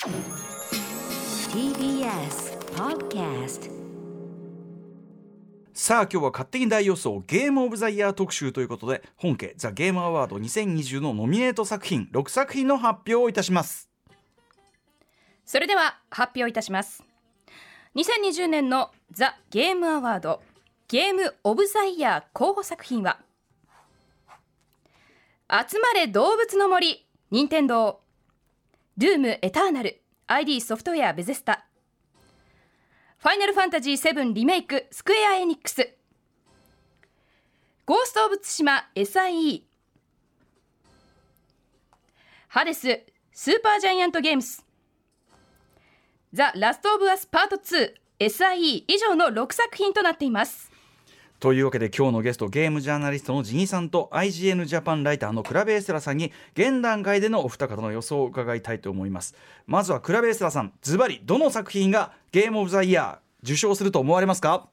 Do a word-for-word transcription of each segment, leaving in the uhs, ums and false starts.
ティービーエス Podcast。 さあ今日は勝手に大予想ゲームオブザイヤー特集ということで、本家ザ・ゲームアワードにせんにじゅうのノミネート作品ろくさく品の発表をいたします。 それでは発表いたします。にせんにじゅうねんのザ・ゲームアワードゲームオブザイヤー候補作品は、集まれ動物の森任天堂、ドゥームエターナル アイディー ソフトウェアベゼスタ、ファイナルファンタジーセブンリメイクスクエアエニックス、ゴーストオブツシマ エスアイイー、 ハデススーパージャイアントゲームス、ザ・ラストオブアスパートツー エスアイイー 以上のろくさく品となっています。 というわけで今日のゲスト、ゲームジャーナリストのジニさんと アイジーエヌ ジャパンライターのクラベエスラさんに現段階でのお二方の予想を伺いたいと思います。まずはクラベエスラさん、ズバリどの作品がゲームオブザイヤー受賞すると思われますか？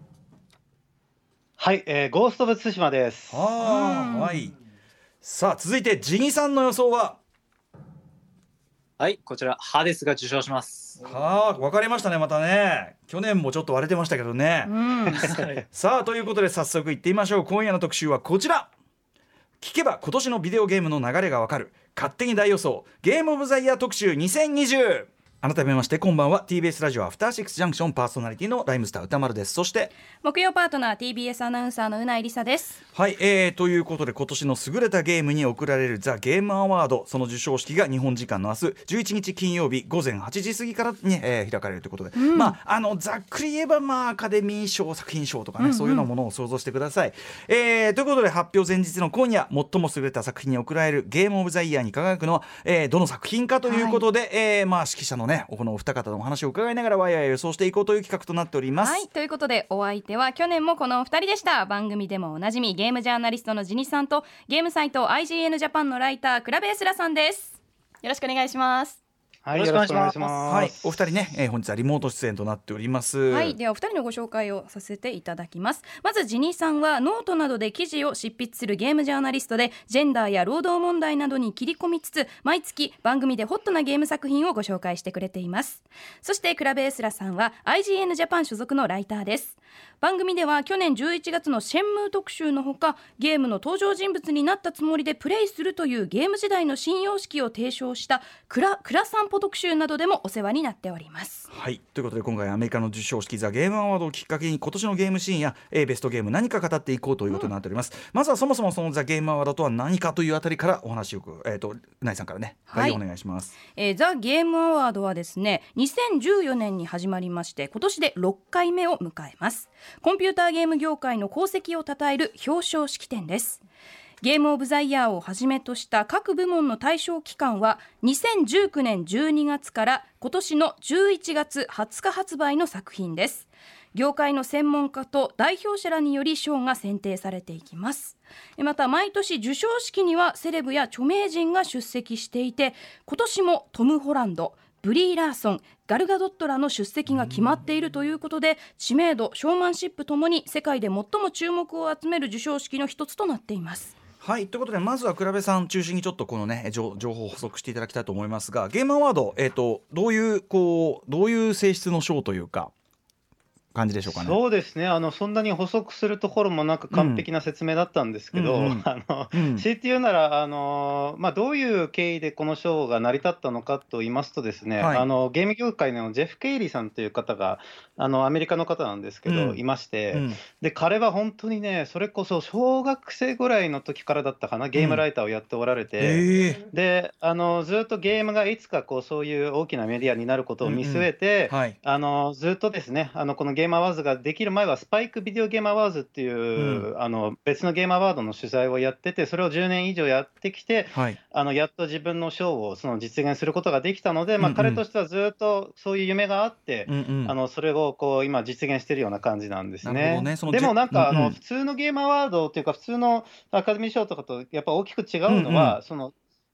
はい、えー、ゴーストオブツシマです。 あ、はい、さあ続いてジニさんの予想は？ はい、こちらハデスが受賞します。 はあ、分かりましたね。またね、去年もちょっと割れてましたけどね、うん、さあということで早速いってみましょう。今夜の特集はこちら。聞けば今年のビデオゲームの流れがわかる勝手に大予想ゲームオブザイヤー特集にせんにじゅう。改めましてこんばんは。 ティービーエス ラジオアフターシックスジャンクションパーソナリティのライムスター歌丸です。そして木曜パートナー ティービーエス アナウンサーのうないりさです。 はい、えー、ということで今年の優れたゲームに贈られるザ・ゲームアワード、その授賞式が日本時間の明日じゅういちにち金曜日午前はちじ過ぎからに、えー、開かれるということで、うん、まああのざっくり言えば、まあ、アカデミー賞作品賞とかね、うんうん、そういうようなものを想像してください。えー、ということで発表前日の今夜最も優れた作品に贈られるゲームオブザイヤーに輝くのは、えー、どの作品かということで、はい、えー、まあ指揮者のねこのお二方のお話を伺いながらわやや予想していこうという企画となっております。 はい、ということでお相手は去年もこのお二人でした。番組でもおなじみゲームジャーナリストのジニさんとゲームサイト アイジーエヌ ジャパンのライタークラベエスラさんです。よろしくお願いします。 はい、よろしくお願いします。 はい、お二人ね、えー、本日はリモート出演となっております。 はい、ではお二人のご紹介をさせていただきます。まずジニーさんはノートなどで記事を執筆するゲームジャーナリストで、ジェンダーや労働問題などに切り込みつつ毎月番組でホットなゲーム作品をご紹介してくれています。そしてクラベエスラさんは アイジーエヌ ジャパン所属のライターです。番組では去年じゅういちがつのシェンムー特集のほか、ゲームの登場人物になったつもりでプレイするというゲーム時代の新様式を提唱したクラ、クラ散歩特集などでもお世話になっております。 はい、ということで今回アメリカの授賞式ザ・ゲームアワードをきっかけに今年のゲームシーンや、えー、ベストゲーム何か語っていこうということになっております、うん、まずはそもそもそのザ・ゲームアワードとは何かというあたりからお話を、えー、とうないさんからね、はい、お願いします。 えー、ザ・ゲームアワードはですねにせんじゅうよねんに始まりまして今年でろっかいめを迎えます。コンピューターゲーム業界の功績を称える表彰式典です。ゲームオブザイヤーをはじめとした各部門の対象期間はにせんじゅうきゅうねんじゅうにがつから今年のじゅういちがつはつか発売の作品です。業界の専門家と代表者らにより賞が選定されていきます。また毎年授賞式にはセレブや著名人が出席していて、今年もトム・ホランド、ブリー・ラーソン、ガルガドットらの出席が決まっているということで、知名度、ショーマンシップともに世界で最も注目を集める授賞式の一つとなっています。 はい、ということでまずはクラベさん中心にちょっとこのね情報を補足していただきたいと思いますが、ゲームアワード、えーと、どういうこうどういう性質の賞というか感じでしょうかね。 そうですね、あのそんなに補足するところもなく完璧な説明だったんですけど、あの強いて言うならあの、まあ、どういう経緯でこの賞が成り立ったのかと言いますとですね、はい、あのゲーム業界のジェフ・ケイリーさんという方があのアメリカの方なんですけど、うん、いまして、うん、で彼は本当にねそれこそ小学生ぐらいの時からだったかな、ゲームライターをやっておられて、うんえー、であのずっとゲームがいつかこうそういう大きなメディアになることを見据えて、うんうんはい、あのずっとですねあのこのゲームアワーズができる前はスパイクビデオゲームアワーズっていう、うん、あの別のゲームアワードの取材をやってて、それをじゅうねん以上やってきて、はい、あのやっと自分の賞をその実現することができたので、まあ、彼としてはずっとそういう夢があって、うんうん、あのそれをこう今実現しているような感じなんですね。ねでもなんか、うんうん、あの普通のゲームアワードっていうか普通のアカデミー賞とかとやっぱ大きく違うのは、うんうん、その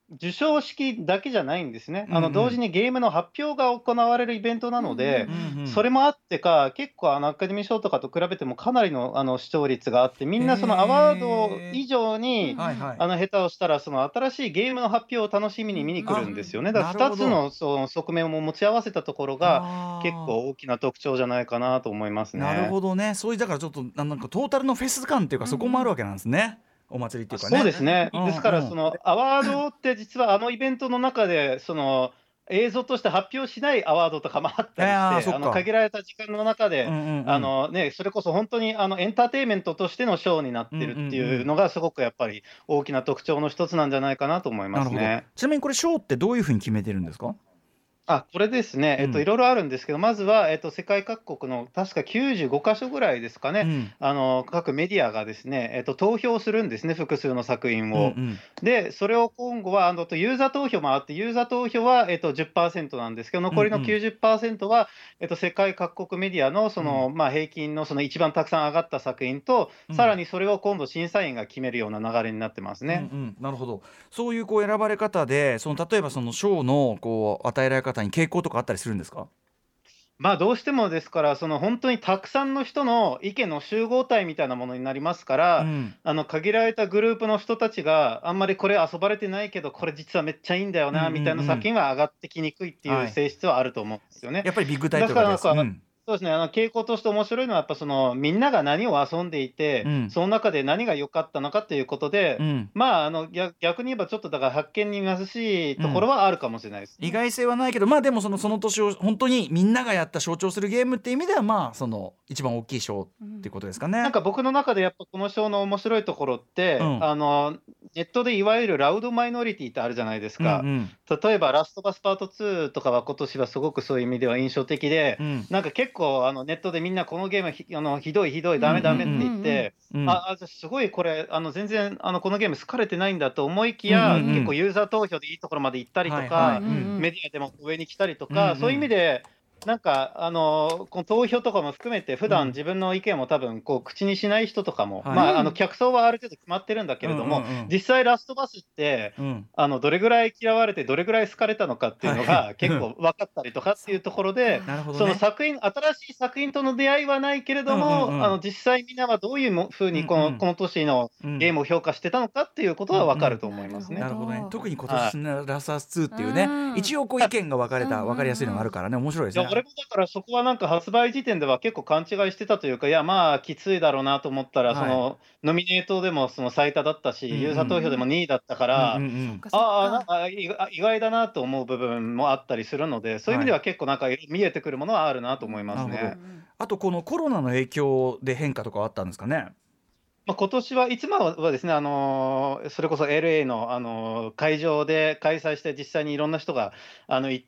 授賞式だけじゃないんですね。あのうんうん同時にゲームの発表が行われるイベントなので、 うんうんうんそれもあってか、結構あのアカデミー賞とかと比べてもかなりのあの視聴率があって、みんなそのアワード以上に、 うんはいはいあの下手をしたら、その新しいゲームの発表を楽しみに見に来るんですよね。だからなるほどふたつのその側面を持ち合わせたところが、 あー結構大きな特徴じゃないかなと思いますね。 なるほどね。そういうだからちょっとななんかトータルのフェス感っていうか、そこもあるわけなんですね。お祭りっていうかね。 そうですね、 うんですから、 うんそのアワードって実はあのイベントの中で、その映像として発表しないアワードとかもあったりして、 いやーそっかあの限られた時間の中で、 うんうんうんあのね、それこそ本当にあのエンターテインメントとしてのショーになってるっていうのが、すごくやっぱり大きな特徴の一つなんじゃないかなと思いなるほど。 ますね。 ちなみにこれ賞ってどういうふうに決めてるんですか？ あ、これですね、えっと、 うんいろいろあるんですけど、まずは、えっと、世界各国の確かきゅうじゅうごかしょぐらいですかね、 うんあの各メディアがですね、えっと、投票するんですね、複数の作品うんを。 うんで、それを今後はあのとユーザー投票もあって、ユーザー投票は、えっと、じゅっパーセントなんですけど、残りのうんうんきゅうじゅっパーセントは、えっと、世界各国メディアのその、まあ、平均のその一番たくさん上がった作品と、 うんさらにそれを今度、審査員が決めるような流れになってますね。 うんうん、なるほど。そういうこう選ばれ方で、その例えばその賞のこう与えられ方に傾向とかあったりするんですか？ まあどうしてもですから、その本当にたくさんの人の意見の集合体みたいなものになりますかうら、 んあの限られたグループの人たちがあんまりこれ遊ばれてないけど、これ実はめっちゃいいんだよなうんうんうんみたいな作品は上がってきにくいってはいいう性質はあると思うんですよね。 やっぱりビッグタイトルがです。 だからなんかうんそうですね、あの傾向として面白いのは、やっぱそのみんなが何を遊んでいて、 うんその中で何が良かったのかということで、 うんまああの逆逆に言えば、ちょっとだから発見に貧しいところはあるかもしれないですね。 意外性はないけど、まあでもそのその年を本当にみんながやった象徴するゲームっていう意味では、まあその一番大きい賞っていうことですかね。 なんか僕の中でやっぱこの賞の面白いところって、 うんあのネットでいわゆるラウドマイノリティってあるじゃないですか。 うんうん例えばラストバスパートツーとかは今年はすごくそういう意味では印象的で、 うんなんか結構あのネットでみんなこのゲームひあのひどいひどいダメダメって言って、 うんああすごいこれあの全然あのこのゲーム好かれてないんだと思いきや、 うんうんうん結構ユーザー投票でいいところまで行ったりとか、 はいはいうんメディアでも上に来たりとか、 うんうんそういう意味でなんかあのこの投票とかも含めて普うん段自分の意見を多分こう口にしない人とかも、 はいまああの客層はある程度決まってるんだけれども、 うんうんうん実際ラストバスってうんあのどれぐらい嫌われてどれぐらい好かれたのかっていうのはいが結構分かったりとかっていうところで、 なるほどね。 その作品新しい作品との出会いはないけれども、 うんうんうんあの実際みんなはどういうもふうにこの、 うんうんこの年のうんゲームを評価してたのかっていうことは分かると思いますね。 なるほどね。特に今はい年のラスアスツーっていうね、 うん一応こう意見が分かれた、 うん分かりやすいのがあるからね、面白いですね。 いや俺もだからそこはなんか発売時点では結構勘違いしてたというか、いやまあきついだろうなと思ったら、 はいそのノミネートでもその最多だったし、 うんうんユーザー投票でもにいだったから、 うんうんうんああなんか意外意外だなと思う部分もあったりするので、そういう意味では結構なんか見えてくるものはあるなと思いますねなるほど。あとこのコロナの影響で変化とかあったんですかね。 まあ、今年はいつもはですね、あのーそれこそ エルエー の、あのー会場で開催して、実際にいろんな人があの行って、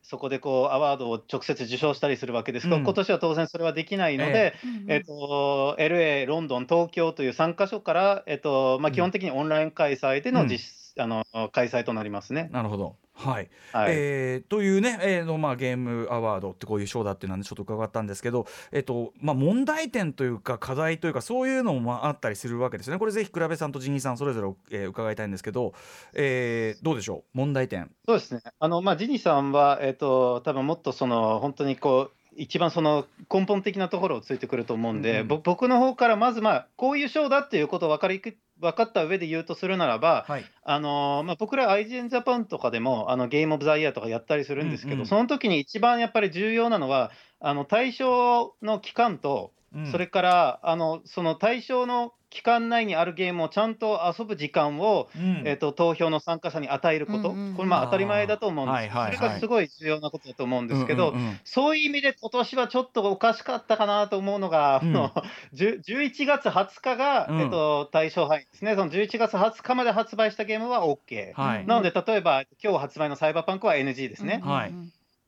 そこでこうアワードを直接受賞したりするわけですけど、 うん今年は当然それはできないので、えっと エルエー、ロンドン、東京というさんかしょから、えっとまあ、基本的にオンライン開催での実、あの開催となりますね。 なるほど。はい、 はいえーというね、えーのまあ、ゲームアワードってこういう賞だっていうのは、ね、ちょっと伺ったんですけど、えっとまあ、問題点というか課題というかそういうのもまああったりするわけですよね。これぜひ倉部さんとジニーさんそれぞれ、えー伺いたいんですけど、えーどうでしょう問題点。 そうですね。あのまあジニさんはえっ、と多分もっとその本当にこう一番その根本的なところをついてくると思うんで、 うんうんぼ僕の方からまずまあこういう賞だっていうことを分かり分かった上で言うとするならば、 はいあのまあ、僕ら アイジーエヌ ジャパンとかでもあのゲームオブザイヤーとかやったりするんですけど、 うんうんその時に一番やっぱり重要なのはあの対象の期間と、 うんそれからあのその対象の期間内にあるゲームをちゃんと遊ぶ時間を、 うんえー、と投票の参加者に与えること、 うんうんこれまあ当たり前だと思うんです、 はいはいはいそれがすごい重要なことだと思うんですけど、 うんうんうんそういう意味で今年はちょっとおかしかったかなと思うのが、 うんあのじゅじゅういちがつはつかが、 うんえっと、対象範囲ですね。そのじゅういちがつはつかまで発売したゲームは OK、 はいなので例えば今日発売のサイバーパンクは エヌジー ですね。 はい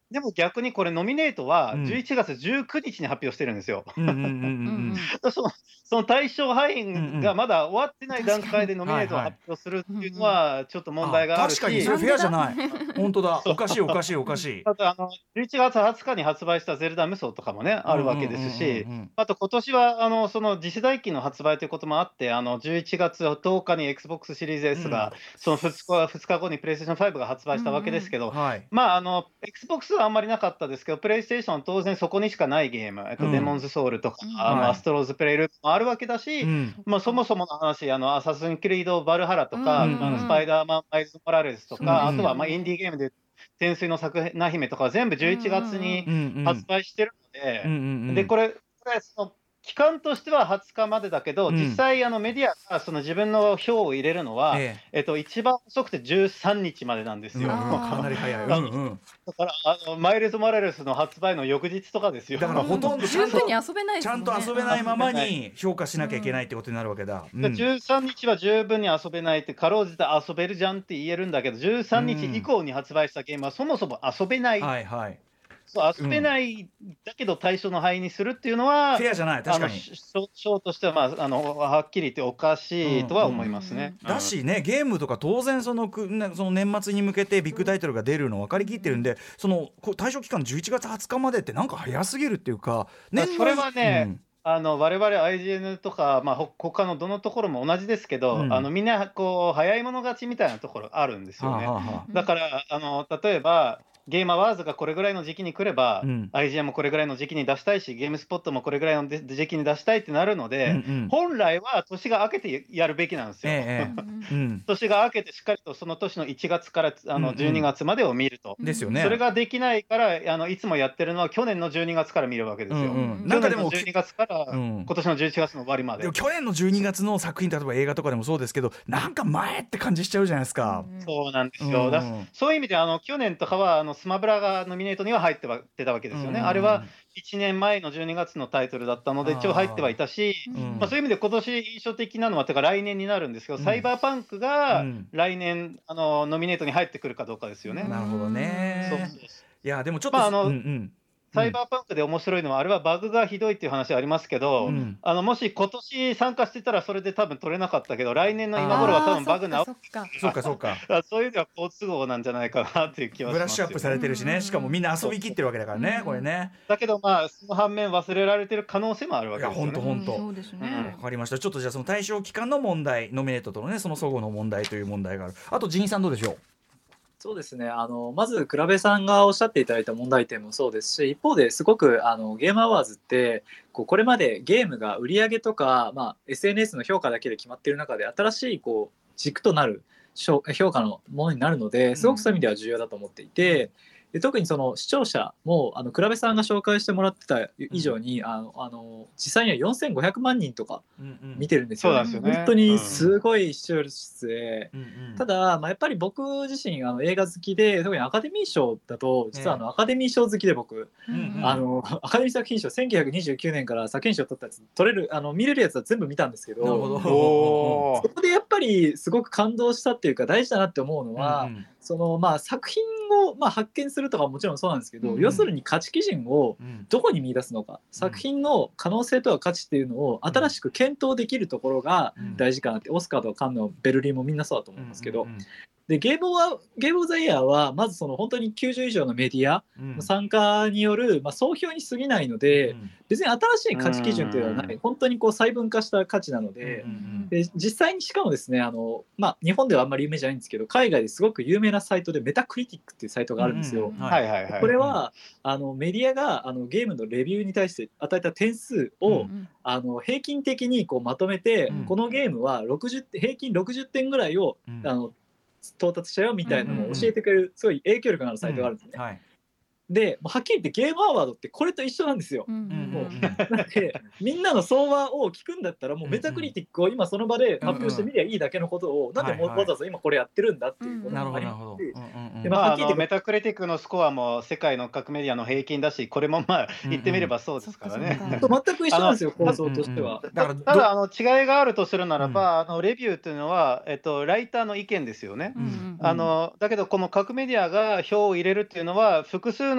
でも逆にこれノミネートはじゅういちがつじゅうくにちに発表してるんですよ。そのその対象範囲がまだ終わってない段階でノミネートを発表するっていうのはちょっと問題があるし、 確かにそれフェアじゃない。本当だ、おかしいおかしいおかしい。 あとあのじゅういちがつはつかに発売したゼルダ無双とかもねあるわけですし、あと今年はあのその次世代機の発売ということもあって、あのじゅういちがつとおかに Xbox シリーズ S が、うん、そのふつか、ふつかごに プレイステーションファイブが発売したわけですけど、うんうんはい、まああの Xbox はあんまりなかったですけど、プレイステーションは当然そこにしかないゲーム、えっと、うん、デモンズソウルとか、うん、あのアストローズプレイループもあるわけだし、うん、まあ、そもそもの話、あのアサシンクリードバルハラとか、うんうん、あのスパイダーマンマイルズ・モラレスとか、うんうん、あとはまあインディーゲームで天水の桜姫とか全部じゅういちがつに発売してるので、うんうん、でこれ、これその期間としてははつかまでだけど、うん、実際あのメディアがその自分の票を入れるのは、えええっと、一番遅くてじゅうさんにちまでなんですよ。 かなり早い、うんうん、 だからあのマイルズ・モラレスの発売の翌日とかですよ。 だからほとんど十分に遊べないですちゃんと遊べないままに評価しなきゃいけないってことになるわけだ、 うん、じゅうさんにちは十分に遊べないって、かろうじて遊べるじゃんって言えるんだけど、じゅうさんにち以降に発売したゲームはそもそも遊べない、 はいはい、 そう遊べない、うん、だけど対象の範囲にするっていうのはフェアじゃない。確かに賞としては、まあ、あのはっきり言っておかしいとは思いますね、 うんうん、だしね、ゲームとか当然そのその年末に向けてビッグタイトルが出るの分かりきってるんで、その対象期間じゅういちがつはつかまでってなんか早すぎるっていうか、 ね、それはね、うん、あの我々 アイジーエヌ とか、まあ、他のどのところも同じですけど、うん、あのみんなこう早い者勝ちみたいなところあるんですよね、はあはあ、だからあの例えばゲームアワーズがこれぐらいの時期に来れば、うん、アイジーエヌ もこれぐらいの時期に出したいし、ゲームスポットもこれぐらいの時期に出したいってなるので、うんうん、本来は年が明けてやるべきなんですよ、ええうん、年が明けてしっかりとその年のいちがつからあのじゅうにがつまでを見ると、 うんうん、ですよね。 それができないからあのいつもやってるのは去年のじゅうにがつから見るわけですよ、うんうん、なんかでも去年のじゅうにがつから、うん、今年のじゅういちがつの終わりまで。 でも去年のじゅうにがつの作品、例えば映画とかでもそうですけど、なんか前って感じしちゃうじゃないですか、 うん、そうなんですよ、うん、だそういう意味であの去年とかはあのスマブラがノミネートには入っては出たわけですよね、うん、あれはいちねんまえのじゅうにがつのタイトルだったので一応入ってはいたし、まあ、そういう意味で今年印象的なのはてか来年になるんですけど、うん、サイバーパンクが来年あのノミネートに入ってくるかどうかですよね、うん、 なるほどね。 そうそうそう、 いやでもちょっと、まああの、うんうんサイバーパンクで面白いのは、あれはバグがひどいっていう話ありますけど、うん、あのもし今年参加してたらそれで多分取れなかったけど、来年の今頃は多分バグなそっかそうかそうかそういう意味では好都合なんじゃないかなっていう気はしますよ。 ブラッシュアップされてるしね、しかもみんな遊びきってるわけだからね、うん、これね。 だけどまあその反面忘れられてる可能性もあるわけですよね。 いや本当本当、 そうですね、 わかりました。ちょっとじゃあその対象期間の問題、ノミネートとのねその相互の問題という問題がある。あとジンさんどうでしょう。 そうですね、あのまず倉部さんがおっしゃっていただいた問題点もそうですし、一方ですごくあのゲームアワーズってこうこれまでゲームが売り上げとか、まあ、エスエヌエス の評価だけで決まっている中で新しいこう軸となる評価のものになるので、すごくそういう意味では重要だと思っていて、うんで特にその視聴者もあの倉部さんが紹介してもらってた以上に、うん、あのあの実際にはよんせんごひゃくまんにんとか見てるんですよ、ねうんうん、本当にすごい視聴率で、うんうん、ただ、まあ、やっぱり僕自身あの映画好きで、特にアカデミー賞だと実はあのアカデミー賞好きで僕、うんうん、あのアカデミー作品賞せんきゅうひゃくにじゅうきゅうねんから作品賞取ったやつ取れるあの見れるやつは全部見たんですけど、そこでやっぱりすごく感動したっていうか大事だなって思うのは、うんうん、そのまあ作品をまあ発見するとかもちろんそうなんですけど、うん、要するに価値基準をどこに見出すのか、うん、作品の可能性とは価値っていうのを新しく検討できるところが大事かなって、うん、オスカーとかカンヌ、ベルリンもみんなそうだと思いますけど、うんうんうん、でゲームはゲームオブザイヤーはまずその本当にきゅうじゅう以上のメディアの参加による、まあ、総評に過ぎないので、うん、別に新しい価値基準というのはない、本当にこう細分化した価値なので、うんうん、で実際にしかもですねあの、まあ、日本ではあんまり有名じゃないんですけど、海外ですごく有名なサイトでメタクリティックっていうサイトがあるんですよ。これはあのメディアがあのゲームのレビューに対して与えた点数を、うん、あの平均的にこうまとめて、うん、このゲームはろくじゅう平均ろくじゅってんぐらいを、うん、あの到達したよみたいなのを教えてくれる、すごい影響力のあるサイトがあるんですね、うんはい、ではっきり言ってゲームアワードってこれと一緒なんですよ、うんうん、もうなんでみんなの相場を聞くんだったらもうメタクリティックを今その場で発表してみりゃいいだけのことを、うんうん、なんでもうわざわざ今これやってるんだっていうことがありますし、 メタクリティックのスコアも世界の各メディアの平均だし、これもまあ言ってみればそうですからね、 うんうん、全く一緒なんですよ構造としては。 だからただあの違いがあるとするならば、うん、あのレビューというのは、えっと、ライターの意見ですよね、うんうん、あのだけどこの各メディアが票を入れるっていうのは複数の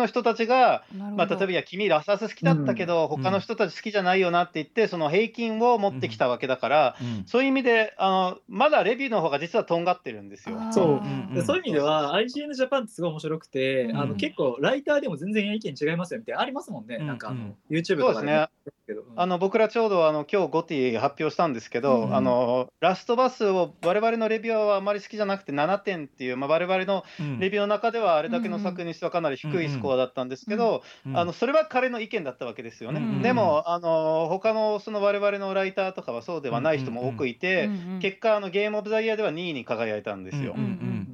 の人たちが、まあ、例えばいや君ラスアス好きだったけど、うん、他の人たち好きじゃないよなって言ってその平均を持ってきたわけだから、うん、そういう意味であのまだレビューの方が実はとんがってるんですよ。 そう、うんうん、そういう意味では アイジーエヌ ジャパンってすごい面白くて、うん、あの結構ライターでも全然意見違いますよみたいなありますもんね、うん、なんかあの YouTube とかで、ね、そうですね。 あの僕らちょうどあの今日ゴティ発表したんですけど、うん、あのラストバスを我々のレビュアーはあまり好きじゃなくてななてんっていう、まあ、我々のレビューの中ではあれだけの作品にしてはかなり低いスコアだったんですけど、うんうん、あのそれは彼の意見だったわけですよね、うんうん、でもあの他のその我々のライターとかはそうではない人も多くいて、うんうん、結果あのゲームオブザイヤーではにいに輝いたんですよ、うんうんうん、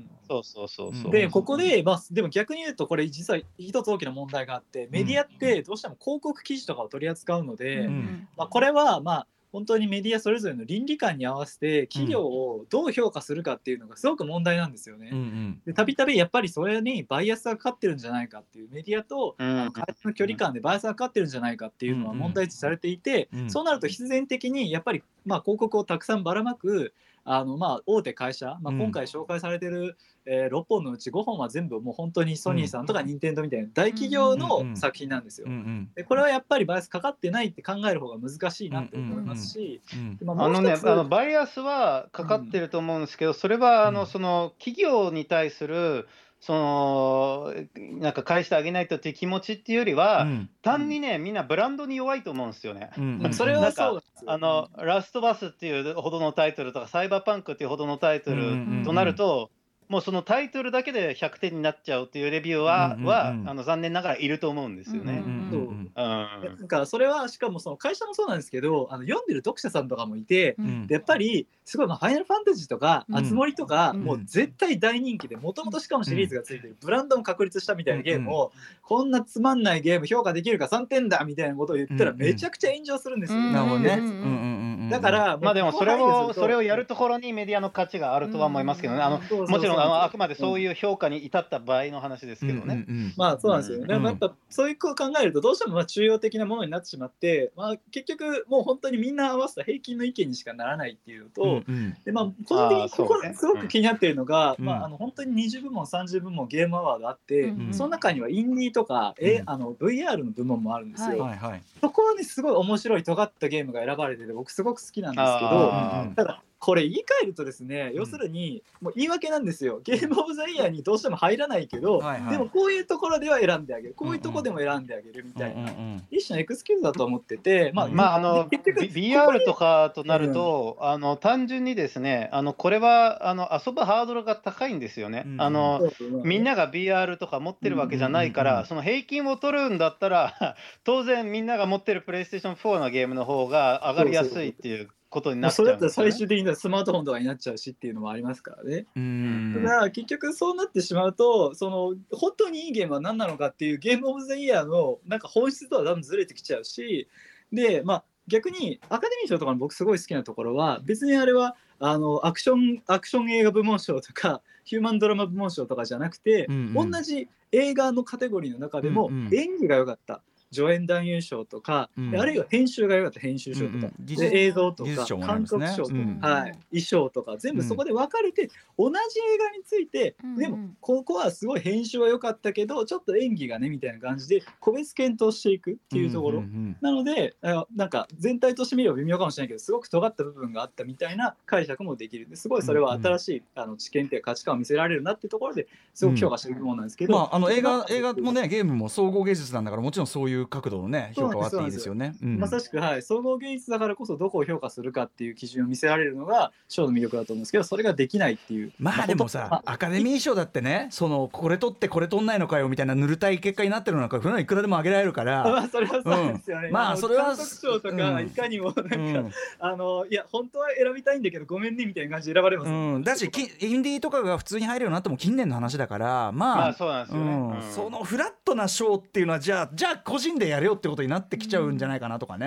そうそうそうそう。 でここで、まあ、でも逆に言うとこれ実は一つ大きな問題があってメディアってどうしても広告記事とかを取り扱うので、うんまあ、これはまあ本当にメディアそれぞれの倫理観に合わせて企業をどう評価するかっていうのがすごく問題なんですよね。たびたびやっぱりそれにバイアスがかかってるんじゃないかっていうメディアと会社の距離感でバイアスがかかってるんじゃないかっていうのは問題視されていて、そうなると必然的にやっぱりまあ広告をたくさんばらまくあのまあ大手会社、まあ、今回紹介されてる、えー、ろっぽんのうちごほんは全部もう本当にソニーさんとか任天堂みたいな大企業の作品なんですよ。でこれはやっぱりバイアスかかってないって考える方が難しいなって思いますし、 あのね、あのバイアスはかかってると思うんですけど、それはあのその企業に対するそのなんか返してあげないとっていう気持ちっていうよりは、うん、単にねみんなブランドに弱いと思うんですよね。うんうん、それはそうあのラストバスっていうほどのタイトルとかサイバーパンクっていうほどのタイトルとなると、うんうんうん、もうそのタイトルだけでひゃくてんになっちゃうっていうレビューは、うんうんうん、はあの残念ながらいると思うんですよね。 なんかそれはしかもその会社もそうなんですけど、あの読んでる読者さんとかもいて、うん、でやっぱりすごいまあファイナルファンタジーとかあつ森とか、うん、もう絶対大人気でもともとしかもシリーズがついてる、うん、ブランドも確立したみたいなゲームを、うん、こんなつまんないゲーム評価できるかさんてんだみたいなことを言ったらめちゃくちゃ炎上するんですよ。なるほどね。だからまあでもそれをそれをやるところにメディアの価値があるとは思いますけどね。あのもちろんあのあくまでそういう評価に至った場合の話ですけどね。 うんうんうん、まあそうなんですよね。うん、でもやっぱそういうことを考えるとどうしてもまあ中央的なものになってしまって、まあ、結局もう本当にみんな合わせた平均の意見にしかならないっていうのと、うんうん、でまあ個人的にここすごく気になっているのが、うんまあ、あの本当ににじゅうぶもんさんじゅうぶもんゲームアワードあって、うんうん、その中にはインディーとか、うん、あの ブイアール の部門もあるんですよ。はいはい、そこはねすごい面白い尖ったゲームが選ばれてて僕すごく好きなんですけど、ただこれ言い換えるとですね、要するにもう言い訳なんですよ。ゲームオブザイヤーにどうしても入らないけど、はいはい、でもこういうところでは選んであげる、こういうところでも選んであげるみたいな、うんうん、一種のエクスキューズだと思ってて、まあ、 まあ、あの ビーアール とかとなると、うん、あの単純にですね、あのこれはあの遊ぶハードルが高いんですよね。うん、あのみんなが ビーアール とか持ってるわけじゃないから、うんうんうん、その平均を取るんだったら当然みんなが持ってるプレイステーションフォーのゲームの方が上がりやすいっていう。そうそうそうことになっちゃうんですよね。 それだったら最終的にはスマートフォンとかになっちゃうしっていうのもありますからね。うんだから結局そうなってしまうと、その本当にいいゲームは何なのかっていうゲームオブザイヤーのなんか本質とは多分ずれてきちゃうし、でまあ逆にアカデミー賞とかの僕すごい好きなところは、別にあれはあのアクションアクション映画部門賞とかヒューマンドラマ部門賞とかじゃなくて、うんうん、同じ映画のカテゴリーの中でも演技が良かった、助演男優賞とか、うん、あるいは編集が良かった編集賞とか、うんうん、で映像とか監督賞とか、うんはい、衣装とか全部そこで分かれて、うん、同じ映画について、うん、でもここはすごい編集は良かったけどちょっと演技がねみたいな感じで個別検討していくっていうところ、うんうんうん、なのでなんか全体として見れば微妙かもしれないけどすごく尖った部分があったみたいな解釈もできるんですごいそれは新しい、うんうん、あの知見っていうか価値観を見せられるなっていうところですごく評価しているものなんですけど、 うんまあ、あの映画、映画もねゲームも総合芸術なんだからもちろんそういう角度のね評価はあっていいですよね。 うん、まさしく、はい、総合芸術だからこそどこを評価するかっていう基準を見せられるのが賞の魅力だと思うんですけど、それができないっていう。 まあでもさ、まあ、アカデミー賞だってね、そのこれ取ってこれ取んないのかよみたいなぬるたい結果になってるのか、ふういくらでも上げられるから。 まあそれはそうですよね。うん、まあそれは監督賞とか、 うん、 いかにもなんか、うん、あのいや本当は選びたいんだけどごめんねみたいな感じで選ばれます、ねうん、だしインディーとかが普通に入るようになっても近年の話だから、まあ、まあそうなんですよね。 うんうん、そのフラットな賞っていうのはじゃあじゃあ個人でやれよってことになってきちゃうんじゃないかなとかね。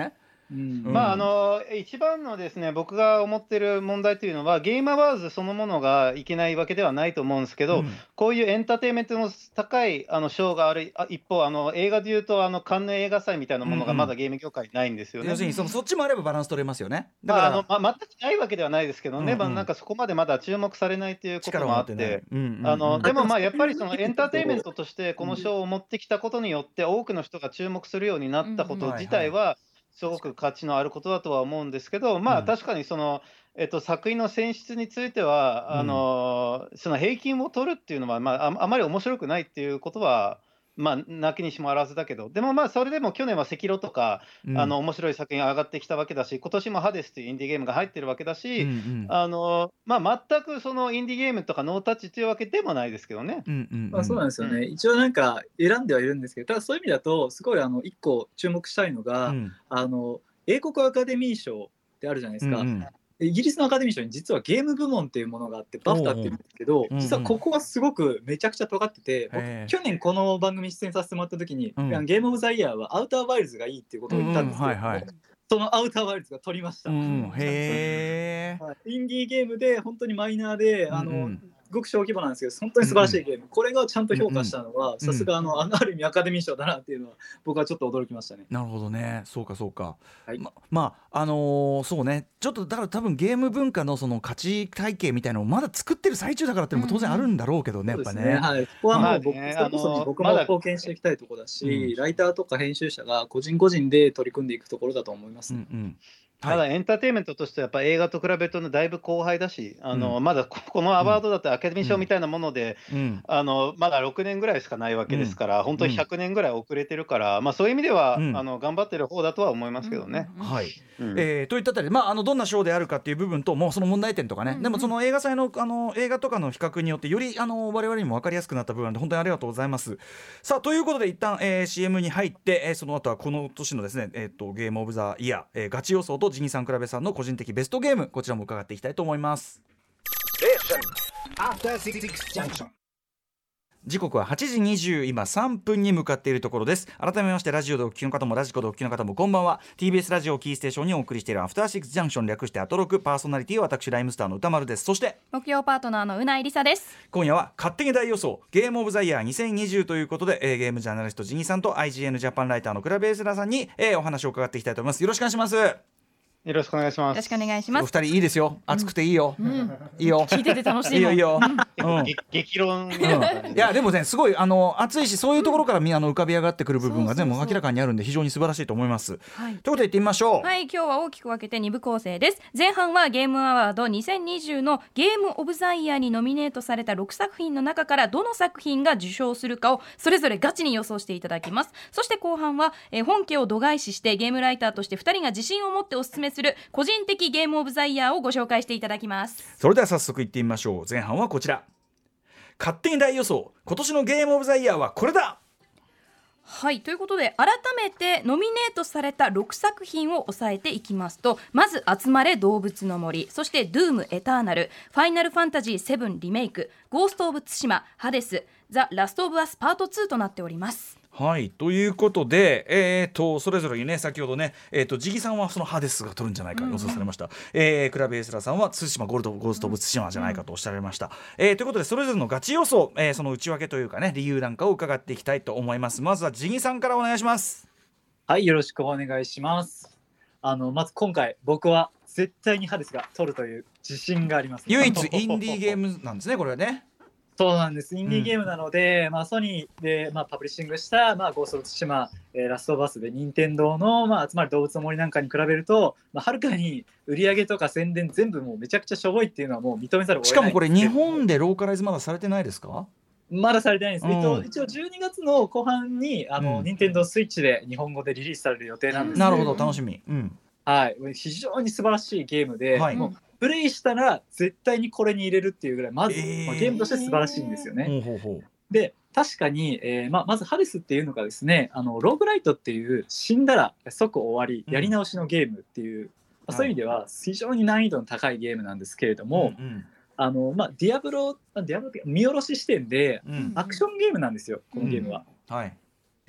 うん、まああの一番のですね僕が思ってる問題というのはゲームアワーズそのものがいけないわけではないと思うんですけど、うん、こういうエンターテインメントの高いあの賞がある一方あの映画でいうとあのカンヌ映画祭みたいなものがまだゲーム業界にないんですよね。 要するにそのそっちもあればバランス取れますよね。 だから、まあ、あのまあ、全くないわけではないですけどね、うんうん、まあ、なんかそこまでまだ注目されないということもあって、あのでもまあやっぱりそのエンターテインメントとしてこの賞を持ってきたことによって多くの人が注目するようになったこと自体はすごく価値のあることだとは思うんですけど、まあ確かにその、えっと、作品の選出についてはあの、その平均を取るっていうのは、まあ、あまり面白くないっていうことはまあ、なきにしもあらずだけど、でもまあそれでも去年は赤色とか、うん、あの面白い作品が上がってきたわけだし、今年もハデスというインディーゲームが入ってるわけだし、うんうん、あのまあ、全くそのインディーゲームとかノータッチというわけでもないですけどね。 うんうんうん、まあ、そうなんですよね、うん、一応なんか選んではいるんですけど、ただそういう意味だとすごいあのいっこ注目したいのが、うん、あの英国アカデミー賞ってあるじゃないですか。うんうん、イギリスのアカデミー賞に実はゲーム部門っていうものがあってバフタっていうんですけど、実はここはすごくめちゃくちゃ尖ってて、僕去年この番組出演させてもらった時に、うん、ゲームオブザイヤーはアウターワイルズがいいっていうことを言ったんですけど、うんはいはい、そのアウターワイルズが取りました。うん、へー、はい、インディーゲームで本当にマイナーで、あの、うんうん、すごく小規模なんですけど本当に素晴らしいゲーム、うんうん、これがちゃんと評価したのはさすがあのある意味アカデミー賞だなっていうのは僕はちょっと驚きましたね。 なるほどね、そうかそうか、はい、ま, まああのー、そうね、ちょっとだから多分ゲーム文化のその価値体系みたいなのをまだ作ってる最中だからっていうのも当然あるんだろうけどね、うん、やっぱね。はい、ここはもう僕、まあね、それこそ僕も貢献していきたいところだし、まだライターとか編集者が個人個人で取り組んでいくところだと思います、ね。うんうん、 ただエンターテインメントとしてはやっぱ映画と比べるとだいぶ後輩だし、あの、うん、まだこのアワードだってアカデミー賞みたいなもので、うん、あのまだろくねんぐらいしかないわけですから、うん、本当にひゃくねんぐらい遅れてるから、うん、まあ、そういう意味では、うん、あの頑張ってる方だとは思いますけどね。 うん、はい、うん、えー、といったあたりで、まあ、あのどんな賞であるかっていう部分ともうその問題点とかね、うん、でもその映画祭 の, あの映画とかの比較によってよりあの我々にも分かりやすくなった部分で本当にありがとうございます。さあということで一旦、えー、シーエム に入って、えー、その後はこの年のですね、えー、とゲームオブザイヤー、えー、ガチ予想とジニさんクラベさんの個人的ベストゲーム、こちらも伺っていきたいと思います。時刻ははちじにじゅう、今さんぷんに向かっているところです。改めましてラジオでお聞きの方もラジコでお聞きの方もこんばんは。 ティービーエス ラジオキーステーションにお送りしているアフターシックスジャンクション、略してアトロク、パーソナリティは私ライムスターの歌丸です。そして木曜パートナーのうないりさです。 今夜は勝手に大予想ゲームオブザイヤーにせんにじゅうということで、えー、ゲームジャーナリストジニさんと アイジーエヌ ジャパンライターのクラベエスラさんに、えー、お話を伺っていきたいと思います。よろしくお願いします。 よろしくお願いします。 よろしくお願いします。 お二人いいですよ、熱くていいよ、うん、いいよ、 聞いてて楽しいいいよいいよ、 うん、激論、うん、いやでもねすごいあの熱いし、そういうところからあの浮かび上がってくる部分が全部明らかにあるんで非常に素晴らしいと思います、はい、ということでいってみましょう。 はい、今日は大きく分けてに部構成です。前半はゲームアワードにせんにじゅうのゲームオブザイヤーにノミネートされたろくさく品の中からどの作品が受賞するかをそれぞれガチに予想していただきます。そして後半は、えー、本家を度外視してゲームライターとしてふたりが自信を持ってお勧めする個人的ゲームオブザイヤーをご紹介していただきます。 それでは早速いってみましょう。前半はこちら、勝手に大予想今年のゲームオブザイヤーはこれだ。 はい、ということで改めてノミネートされたろくさく品を押さえていきますと、まず集まれ動物の森、そしてドゥームエターナル、ファイナルファンタジーセブンリメイク、ゴーストオブツシマ、ハデス、ザ・ラストオブアスパートツーとなっております。 はい、ということで、えー、とそれぞれにね先ほどね、えー、とジギさんはそのハデスが取るんじゃないか予想されました、うんえー、クラブエスラさんは対馬ゴールドゴーストオブ対馬じゃないかとおっしゃられました、うんえー、ということでそれぞれのガチ予想、えー、その内訳というかね理由なんかを伺っていきたいと思います。まずはジギさんからお願いします。 はい、よろしくお願いします。あのまず今回僕は絶対にハデスが取るという自信があります、ね、 唯一インディーゲームなんですねこれはね。 そうなんです、インディーゲームなので、うんまあ、ソニーで、まあ、パブリッシングした、まあ、ゴースト・オブ・ツシマ、えー、ラストバスで任天堂の、まあ、集まり動物の森なんかに比べると、まあ、はるかに売り上げとか宣伝全部もうめちゃくちゃしょぼいっていうのはもう認めざるを得ない。 しかもこれ日本でローカライズまだされてないですか？ まだされてないんです、うんえっと、一応じゅうにがつの後半にあの、うん、任天堂スイッチで日本語でリリースされる予定なんですけど、 なるほど楽しみ、うんはい、非常に素晴らしいゲームで、はい、もうプレイしたら絶対にこれに入れるっていうぐらいまず、えーまあ、ゲームとして素晴らしいんですよね、えー、ほうほうほうで確かに、えーまあ、まずハデスっていうのがですね、あのローグライトっていう死んだら即終わりやり直しのゲームっていう、うんまあ、そういう意味では非常に難易度の高いゲームなんですけれども、うんうんあのまあ、ディアブロディアブロ見下ろし視点でアクションゲームなんですよ、このゲームは、うんはい、で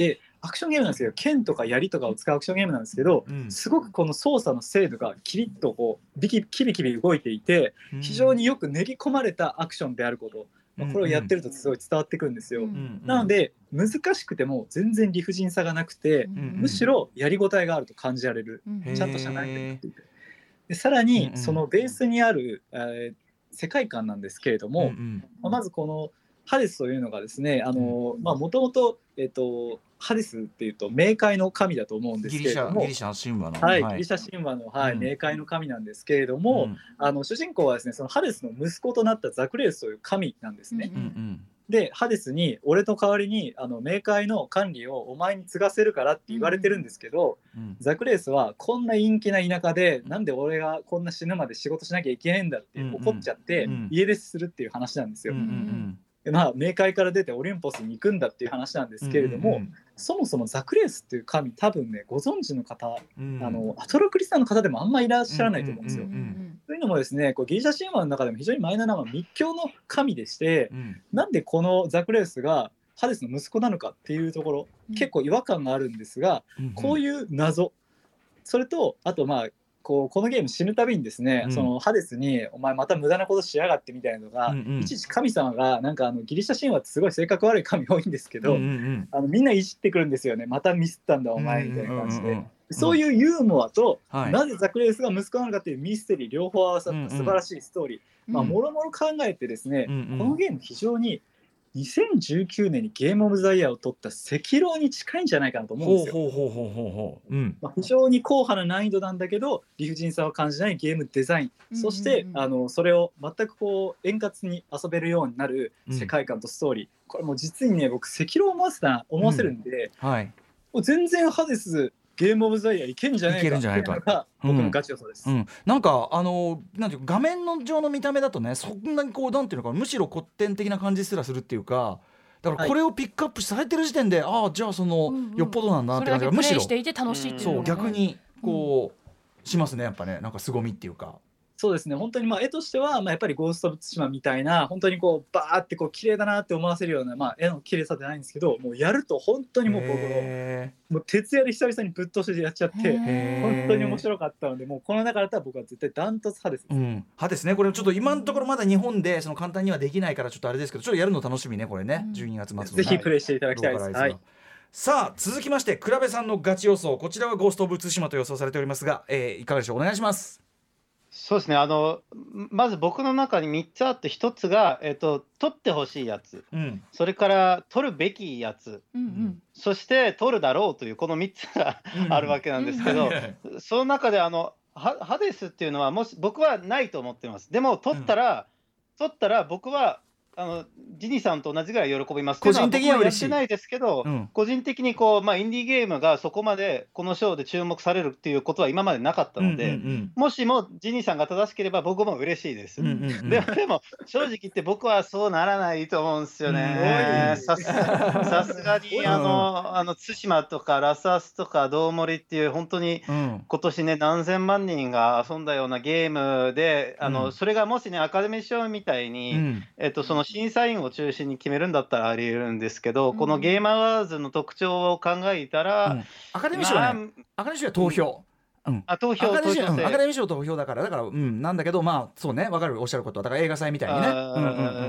アクションゲームなんですけど剣とか槍とかを使うアクションゲームなんですけど、うん、すごくこの操作の精度がキリッとこうビキキビキビ動いていて、非常によく練り込まれたアクションであること、まあ、これをやってるとすごい伝わってくるんですよ、うんうん、なので難しくても全然理不尽さがなくて、うんうん、むしろやりごたえがあると感じられる、うん、ちゃんとした内容になっていて、でさらにそのベースにある、えー、世界観なんですけれども、うんうんまあ、まずこのハデスというのがですね、もともとハデスっていうと冥界の神だと思うんですけれども、 ギリシャ神話の、 はい、ギリシャ神話の、はい、冥界の神なんですけれども、うん、あの主人公はですね、そのハデスの息子となったザクレウスという神なんですね。うんうん、でハデスに俺の代わりにあの冥界の管理をお前に継がせるからって言われてるんですけど、うん、ザクレウスはこんな陰気な田舎でなんで俺がこんな死ぬまで仕事しなきゃいけないんだって怒っちゃって、うんうん、家出するっていう話なんですよ。うんうんうんまあ、冥界から出てオリンポスに行くんだっていう話なんですけれども、うんうんうん、そもそもザクレウスっていう神多分ねご存知の方、うん、あのアトロクリスタンの方でもあんまいらっしゃらないと思うんですよ。というのもですね、こうギリシャ神話の中でも非常にマイナーなのは密教の神でして、うん、なんでこのザクレウスがハデスの息子なのかっていうところ、うん、結構違和感があるんですが、うんうん、こういう謎、それとあとまあこうこのゲーム死ぬたびにですね、うん、そのハデスにお前また無駄なことしやがってみたいなのが、うんうん、いちいち神様がなんかあのギリシャ神話ってすごい性格悪い神多いんですけど、うんうん、あのみんないじってくるんですよね。またミスったんだお前みたいな感じで、うんうんうん、そういうユーモアと、うん、なぜザクレウスが息子なのかっていうミステリー両方合わさった素晴らしいストーリー、うんうん、まあ、もろもろ考えてですね、うんうん、このゲーム非常ににせんじゅうきゅうねんにゲームオブザイヤーを取った赤狼に近いんじゃないかなと思うんですよ。非常に硬派な難易度なんだけど理不尽さを感じないゲームデザイン、うんうんうん、そしてあのそれを全くこう円滑に遊べるようになる世界観とストーリー、うん、これも実にね僕赤狼を思わせた思わせるんで、うんはい、もう全然ハデスゲームオブザイヤーいけんじゃないかっていうのが僕のガチ予想です、 うんうん、なんかあのなんていうか画面の上の見た目だとねそんなにこうなんていうのかむしろ古典的な感じすらするっていうか、だからこれをピックアップされてる時点で、はい、ああじゃあその、うんうん、よっぽどなんだって感じがむしろそれだけプレイしていて楽しいっていうのが、 そう逆にこう、うん、しますねやっぱね、なんか凄みっていうか。 そうですね、本当にまあ絵としては、まあ、やっぱりゴースト・オブ・ツシマみたいな本当にこうバーってこう綺麗だなって思わせるような、まあ、絵の綺麗さじゃないんですけど、もうやると本当にもう僕のもう徹夜で久々にぶっ通してやっちゃって本当に面白かったので、もうこの中だったら僕は絶対ダントツ派です、 うん、派ですね。これちょっと今のところまだ日本でその簡単にはできないからちょっとあれですけど、ちょっとやるの楽しみねこれね、うん、じゅうにがつ末ぜひプレイしていただきたいです、はい、 さあ続きまして倉部さんのガチ予想、こちらはゴースト・オブ・ツシマと予想されておりますが、えー、いかがでしょう、お願いします。 そうですね、あのまず僕の中にみっつあって、ひとつが、えっと、取ってほしいやつ、うん、それから取るべきやつ、うんうん、そして取るだろうというこのみっつがあるわけなんですけど、うん、その中であのハデスっていうのはもし僕はないと思ってます。でも取ったら、うん、取ったら僕はあのジニーさんと同じぐらい喜びます。 個人的には嬉しい。 僕はやってないですけど、うん、個人的にこう、まあ、インディーゲームがそこまでこの賞で注目されるっていうことは今までなかったので、うんうんうん、もしもジニーさんが正しければ僕も嬉しいです、うんうんうん、で, でも正直言って僕はそうならないと思うんですよね。さすがにあのあの対馬とかラスアスとかドウモリっていう本当に今年ね何千万人が遊んだようなゲームで、あの、うん、それがもしねアカデミー賞みたいに、うんえっと、その審査員を中心に決めるんだったらありえるんですけど、うん、このゲームアワーズの特徴を考えたら、うん、 アカデミー賞はね、まあ、アカデミー賞は投票、うん、 あ投票アカデミー賞、うん、アカデミー賞投票だからだから、うん、なんだけどまあそうね、分かるおっしゃることはだから映画祭みたいにね、うんうんうん、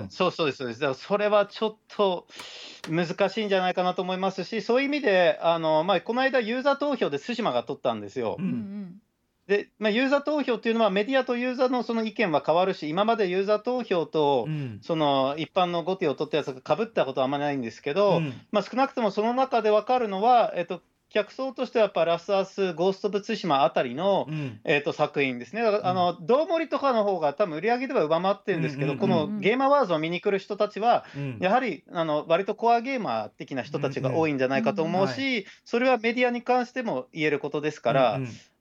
そうそうですそうです。だからそれはちょっと難しいんじゃないかなと思いますし、そういう意味であの、まあ、この間ユーザー投票で対馬が取ったんですよ、うんうんでまあ、ユーザー投票っていうのはメディアとユーザーのその意見は変わるし、今までユーザー投票とその一般のごてを取ったやつがかぶったことはあんまりないんですけど、うんまあ、少なくともその中で分かるのは、えっと、客層としてはやっぱラスアス、ゴースト・オブ・ツシマあたりの、うんえー、と作品ですね。だからあの、うん、ドウモリとかの方が多分売り上げでは上回ってるんですけど、うんうんうん、このゲームアワーズを見に来る人たちは、うん、やはりあの割とコアゲーマー的な人たちが多いんじゃないかと思うし、うんうんはい、それはメディアに関しても言えることですから、うんうん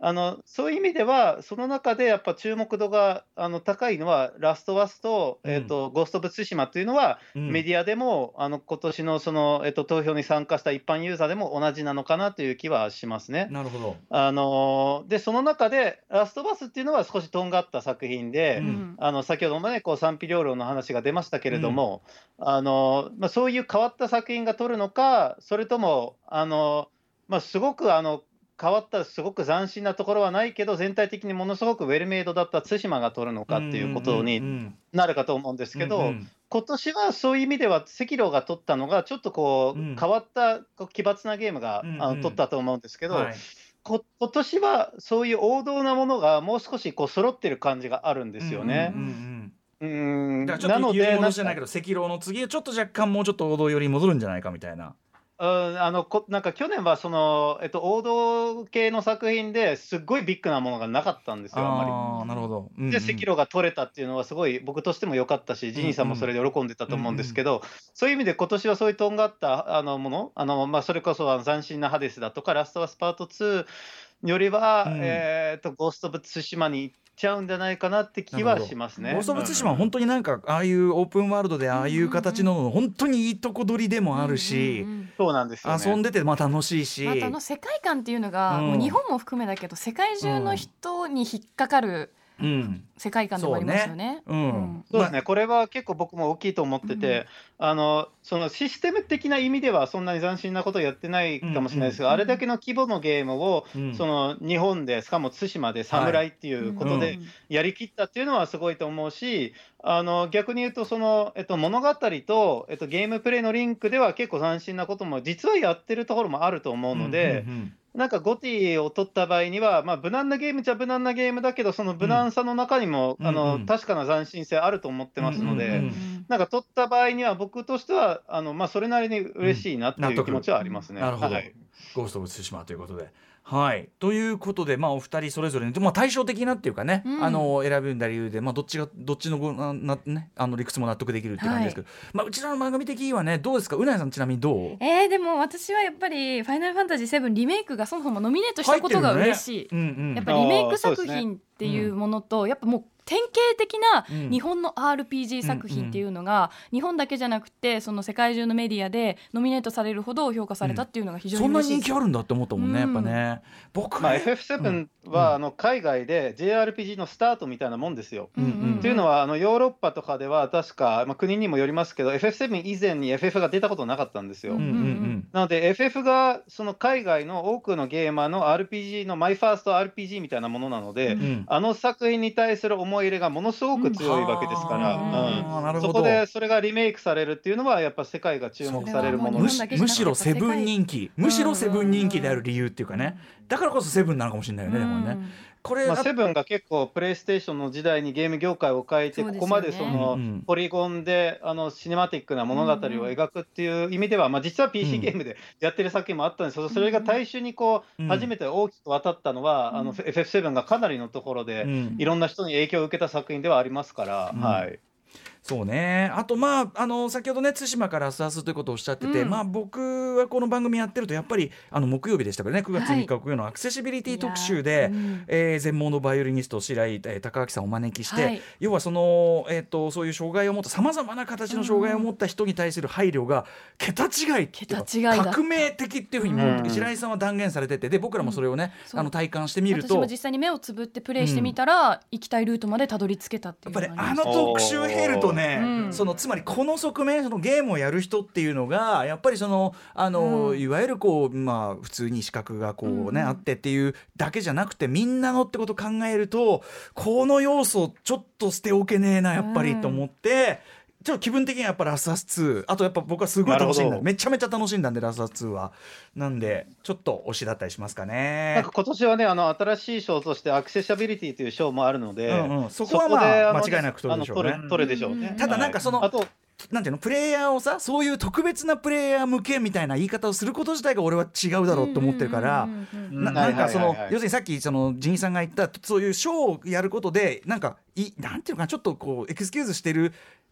あのそういう意味ではその中でやっぱ注目度があの高いのはラストバスと、うん、えーと、ゴースト・オブ・ツシマというのは、うん、メディアでもあの今年のその、えーと、投票に参加した一般ユーザーでも同じなのかなという気はしますね。 なるほど。 あのでその中でラストバスっていうのは少しとんがった作品で、うん、あの先ほどもねこう賛否両論の話が出ましたけれども、うん、あのまあ、そういう変わった作品が撮るのか、それともあの、まあ、すごくあの変わったすごく斬新なところはないけど全体的にものすごくウェルメイドだった対馬が取るのかっていうことになるかと思うんですけど、うんうん、今年はそういう意味では赤狼が取ったのがちょっとこう、うん、変わった奇抜なゲームが、うんうん、あの取ったと思うんですけど、はい、こ今年はそういう王道なものがもう少しこう揃ってる感じがあるんですよね。うんうんうんうん、 だからちょっと揺り戻しじゃないけど赤狼の次ちょっと若干もうちょっと王道寄りに戻るんじゃないかみたいな。 うん、あのこなんか去年はその、えっと、王道系の作品ですっごいビッグなものがなかったんですよ、あんまり。 あ、なるほど。うんうん、 で赤狼が取れたっていうのはすごい僕としても良かったし、ジニーさんもそれで喜んでたと思うんですけど、うんうん、そういう意味で今年はそういうとんがったあのもの、あの、まあ、それこそ斬新なハデスだとかラストバスパートツーよりは、うん、えー、とゴースト・オブ・ツシマに行っちゃうんじゃないかなって気はしますね。 ゴースト・オブ・ツシマは本当になんかああいうオープンワールドでああいう形の本当にいいとこ取りでもあるし、 そうなんですよね、 遊んでてまあ楽しいし、 またあの世界観っていうのが、うん、もう日本も含めだけど世界中の人に引っかかる、うん、世界観でもありますよね。 そうね、うんうん、そうですね、これは結構僕も大きいと思ってて、うん、あのそのシステム的な意味ではそんなに斬新なことをやってないかもしれないですが、うんうん、あれだけの規模のゲームを、うん、その日本でしかも対馬で侍っていうことでやりきったっていうのはすごいと思うし、あの逆に言うとその、えっと、物語と、えっと、ゲームプレイのリンクでは結構斬新なことも実はやってるところもあると思うので、うんうんうん、なんかゴティを取った場合には、まあ、無難なゲームじゃ無難なゲームだけどその無難さの中にも、うん、あのうん、確かな斬新性あると思ってますので、うんうんうん、なんか取った場合には僕としてはあの、まあ、それなりに嬉しいなっていう気持ちはありますね。 なるほど、はい、ゴースト・オブ・ツシマということで。はい、ということで、まあ、お二人それぞれに、まあ、対照的なっていうかね、うん、あの選ぶんだ理由で、まあ、どっちがどっちのごなな、ね、あの理屈も納得できるっていう感じですけど、はい、まあ、うちらの番組的にはねどうですか、うなやさんちなみにどう？ えー、でも私はやっぱり「ファイナルファンタジーセブン」リメイクがそもそもノミネートしたことが嬉しい、ね、うんうん、やっぱりリメイク作品っていうものと、やっぱもう典型的な日本の アールピージー 作品っていうのが日本だけじゃなくてその世界中のメディアでノミネートされるほど評価されたっていうのが非常に嬉しい、 うん、そんな人気あるんだって思ったもんね、うん、やっぱね。僕、 まあ、エフエフセブン はあの海外で ジェイアールピージー のスタートみたいなもんですよ、うんうん、というのはあのヨーロッパとかでは確か、まあ、国にもよりますけど エフエフセブン 以前に エフエフ が出たことなかったんですよ、うんうんうん、なので エフエフ がその海外の多くのゲーマーの アールピージー のマイファースト アールピージー みたいなものなので、うん、あの作品に対する思い入れがものすごく強いわけですから、うんうん、そこでそれがリメイクされるっていうのはやっぱ世界が注目されるもの。 むし、むしろセブン人気むしろセブン人気である理由っていうかね、だからこそセブンなのかもしれないよね、でもねこれ、 まあ、セブンが結構プレイステーションの時代にゲーム業界を変えて、ここまでそのポリゴンであのシネマティックな物語を描くっていう意味では、まあ、実は ピーシー ゲームでやってる作品もあったんですけど、それが大衆にこう初めて大きく渡ったのは、あの エフエフセブン がかなりのところでいろんな人に影響を受けた作品ではありますから、はい。 そうね、あとまああの先ほどね対馬からラスアスということをおっしゃってて、うん、まあ僕はこの番組やってるとやっぱりあの木曜日でしたからねくがつみっか木曜のアクセシビリティ特集で、はい、えー、全盲のバイオリニスト白井、えー、高明さんをお招きして、はい、要はその、えー、とそういう障害を持ったさまざまな形の障害を持った人に対する配慮が桁違い桁違いだ革命的っていうふうにも、うん、白井さんは断言されてて、で僕らもそれをね、うん、あの体感してみると、 私も実際に目をつぶってプレイしてみたら、うん、行きたいルートまでたどり着けたっていうのがやっぱりあの特集経るとね、うん、そのつまりこの側面、そのゲームをやる人っていうのがやっぱりそのあの、うん、いわゆるこう、まあ、普通に資格がこう、ね、うん、あってっていうだけじゃなくてみんなのってことを考えるとこの要素ちょっと捨ておけねえなやっぱりと思って、うん、ちょっと気分的にはやっぱラスアスツー、あとやっぱ僕はすごい楽しんだ、めちゃめちゃ楽しんだんでラスアスツーはなんでちょっと推しだったりしますかね。 なんか今年はね、あの新しい賞としてアクセシビリティという賞もあるので、 うんうん、そこはまあ間違いなく取るでしょうね。 取るでしょうね。 ただなんかその、はい、あとなんていうの、プレイヤーをさ、そういう特別なプレイヤー向けみたいな言い方をすること自体が俺は違うだろうと思ってるから、なんかその要するにさっきそのジンさんが言ったそういうショーをやることでなんかいなんていうのかな、ちょっとこうエクスキューズしてる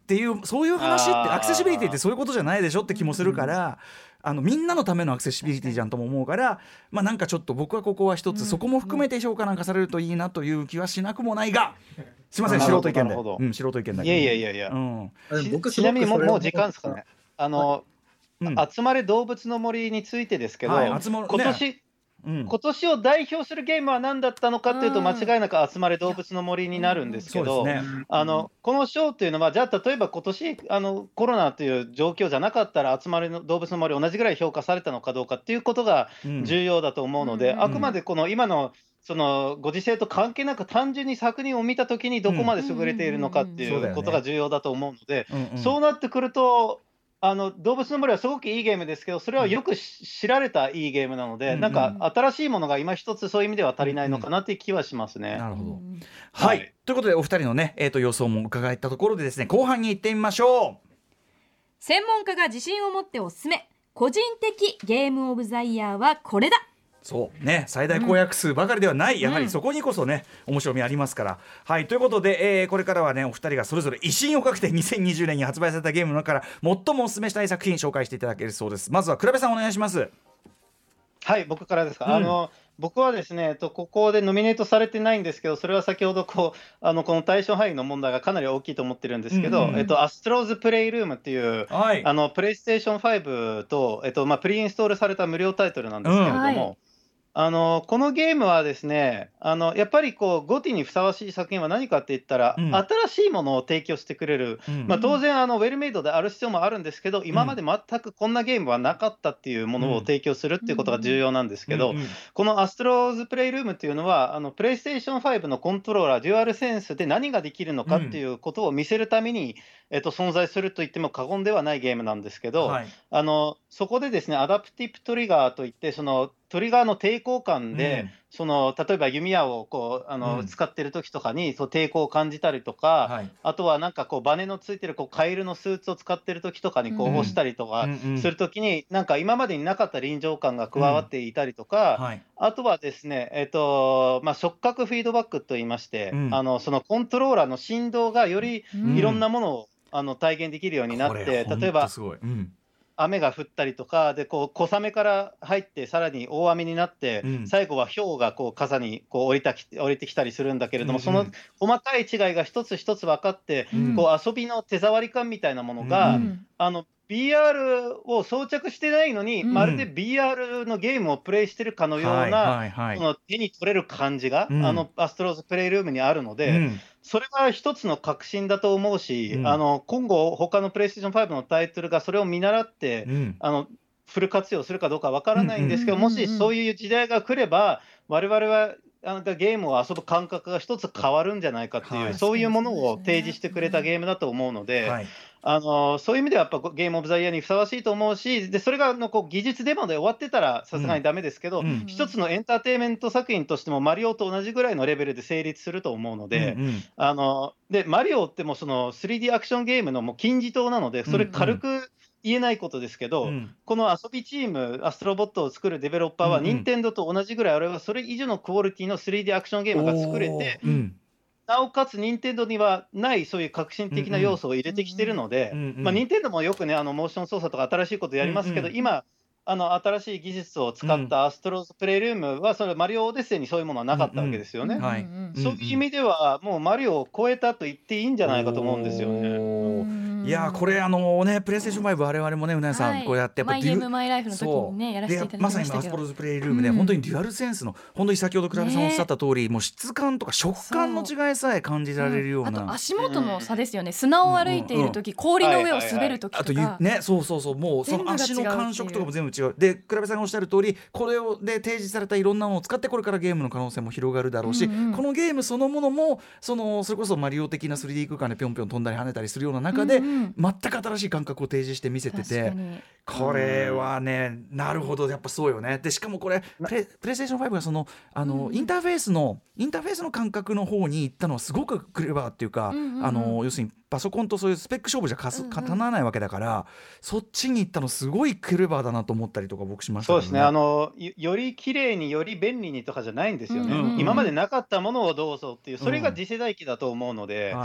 っていうそういう話ってアクセシビリティってそういうことじゃないでしょって気もするから、あのみんなのためのアクセシビリティじゃんとも思うから、まあなんかちょっと僕はここは一つ、うん、そこも含めて評価なんかされるといいなという気はしなくもないが、すいません素人意見で、うん、素人意見だけど、 いやいやいやいや、 うん、 僕ちなみにもうもう時間ですかね、あの、うん、集まれ動物の森についてですけど、はい、集まる、ね、今年うん、今年を代表するゲームは何だったのかっていうと、間違いなく集まれ動物の森になるんですけど、ね、あのこの賞というのは、じゃあ例えば今年あのコロナという状況じゃなかったら集まれ動物の森同じぐらい評価されたのかどうかっていうことが重要だと思うので、うん、あくまでこの今のそのご時世と関係なく単純に作品を見たときにどこまで優れているのかっていうことが重要だと思うので、そうなってくるとあの動物の森はすごくいいゲームですけど、それはよく知られたいいゲームなので、うん、なんか新しいものが今一つそういう意味では足りないのかなっていう気はしますね。 なるほど、はい、はい、ということでお二人のね、えーと予想も伺ったところでですね、後半に行ってみましょう。 専門家が自信を持っておすすめ個人的ゲームオブザイヤーはこれだ。 そうね、最大公約数ばかりではない、うん、やはりそこにこそね面白みありますから、はい、ということで、えー、これからはねお二人がそれぞれ威信をかけてにせんにじゅうねんに発売されたゲームの中から最もおすすめしたい作品紹介していただけるそうです。まずは倉部さんお願いします。 はい、僕からですか、うん、あの僕はですね、ここでノミネートされてないんですけど、それは先ほどこうあのこの対象範囲の問題がかなり大きいと思ってるんですけど、うんうん、えっと、アストローズプレイルームっていう、はい、あのプレイステーションファイブと、えっとまあ、プリインストールされた無料タイトルなんですけれども、うん、はい、あのこのゲームはですね、あのやっぱりこうゴティにふさわしい作品は何かって言ったら、うん、新しいものを提供してくれる、うん、まあ、当然あのウェルメイドである必要もあるんですけど、今まで全くこんなゲームはなかったっていうものを提供するっていうことが重要なんですけど、うんうんうん、このアストローズプレイルームっていうのはあのプレイステーションファイブのコントローラーデュアルセンスで何ができるのかっていうことを見せるために、えっと、存在すると言っても過言ではないゲームなんですけど、はい、あのそこでですね、アダプティブトリガーといって、そのトリガーの抵抗感で、うん、その例えば弓矢をこうあの、うん、使ってる時とかにそう抵抗を感じたりとか、はい、あとはなんかこうバネのついてるこうカエルのスーツを使ってる時とかにこう押したりとかする時に、なんか今までになかった臨場感が加わっていたりとか、うん、はい、あとはですね、えーとまあ、触覚フィードバックといいまして、うん、あのそのコントローラーの振動がよりいろんなものを、うん、あの体現できるようになって、例えば雨が降ったりとかで、こう小雨から入ってさらに大雨になって、うん、最後は氷がこう傘にこう降りたき降りてきたりするんだけれども、うんうん、その細かい違いが一つ一つ分かって、うん、こう遊びの手触り感みたいなものが、うん、あの ビーアール を装着してないのに、うん、まるで ビーアール のゲームをプレイしてるかのような、はいはいはい、その手に取れる感じが、うん、あのアストローズプレイルームにあるので、うん、それが一つの革新だと思うし、うん、あの今後他のプレイステーションファイブのタイトルがそれを見習って、うん、あのフル活用するかどうかわからないんですけど、うんうん、もしそういう時代が来れば我々はなんかゲームを遊ぶ感覚が一つ変わるんじゃないかっていう、はい、そういうものを提示してくれたゲームだと思うので、はい、あのそういう意味ではやっぱゲームオブザイヤーにふさわしいと思うし、でそれがのこう技術デモで終わってたらさすがにダメですけど、うん、一つのエンターテインメント作品としてもマリオと同じぐらいのレベルで成立すると思うので、うんうん、あのでマリオってもうその スリーディー アクションゲームのもう金字塔なので、それ軽く、うんうん、言えないことですけど、うん、この遊びチームアストロボットを作るデベロッパーは、うんうん、任天堂と同じぐらい、あれはそれ以上のクオリティの スリーディー アクションゲームが作れて、うん、なおかつ任天堂にはないそういう革新的な要素を入れてきてるので、うんうん、まあ、任天堂もよくね、あのモーション操作とか新しいことやりますけど、うんうん、今あの新しい技術を使ったアストロズプレイルームは、それマリオオデッセイにそういうものはなかったわけですよね、うんうん、はい、そういう意味ではもうマリオを超えたと言っていいんじゃないかと思うんですよね。 いやこれあのね、プレイステーションファイブ我々もね、うなやさん、はい、こうやってやっぱマイゲームマイライフの時にねやらせていただきましたけど、 まさにアストロズプレイルームで、うん、本当にデュアルセンスの本当に先ほど倉部さんおっしゃった通り、ね、もう質感とか食感の違いさえ感じられるような、 うん、あと足元の差ですよね、砂を歩いている時、うんうん、氷の上を滑る時とか、 あとね、そうそうそう、もうその足の感触とかも全部違うで、倉部さんがおっしゃる通り、これをで提示されたいろんなものを使ってこれからゲームの可能性も広がるだろうし、うんうん、このゲームそのものもそのそれこそマリオ的な スリーディー 空間でぴょんぴょん飛んだり跳ねたりするような中で、うんうん、全く新しい感覚を提示して見せてて、これはね、なるほど、やっぱそうよね。でしかもこれプレ、プレイステーションファイブがそのあの、うん、インターフェースのインターフェースの感覚の方に行ったのはすごくクレバーっていうか、うんうんうん、あの要するにパソコンとそういうスペック勝負じゃかす、かたなないわけだから、うんうん、そっちに行ったのすごいクレバーだなと思ったりとか僕しましたけどね。 そうですね、あの よ, より綺麗により便利にとかじゃないんですよね、うんうんうん、今までなかったものをどうぞっていう、それが次世代機だと思うので、うん、はい、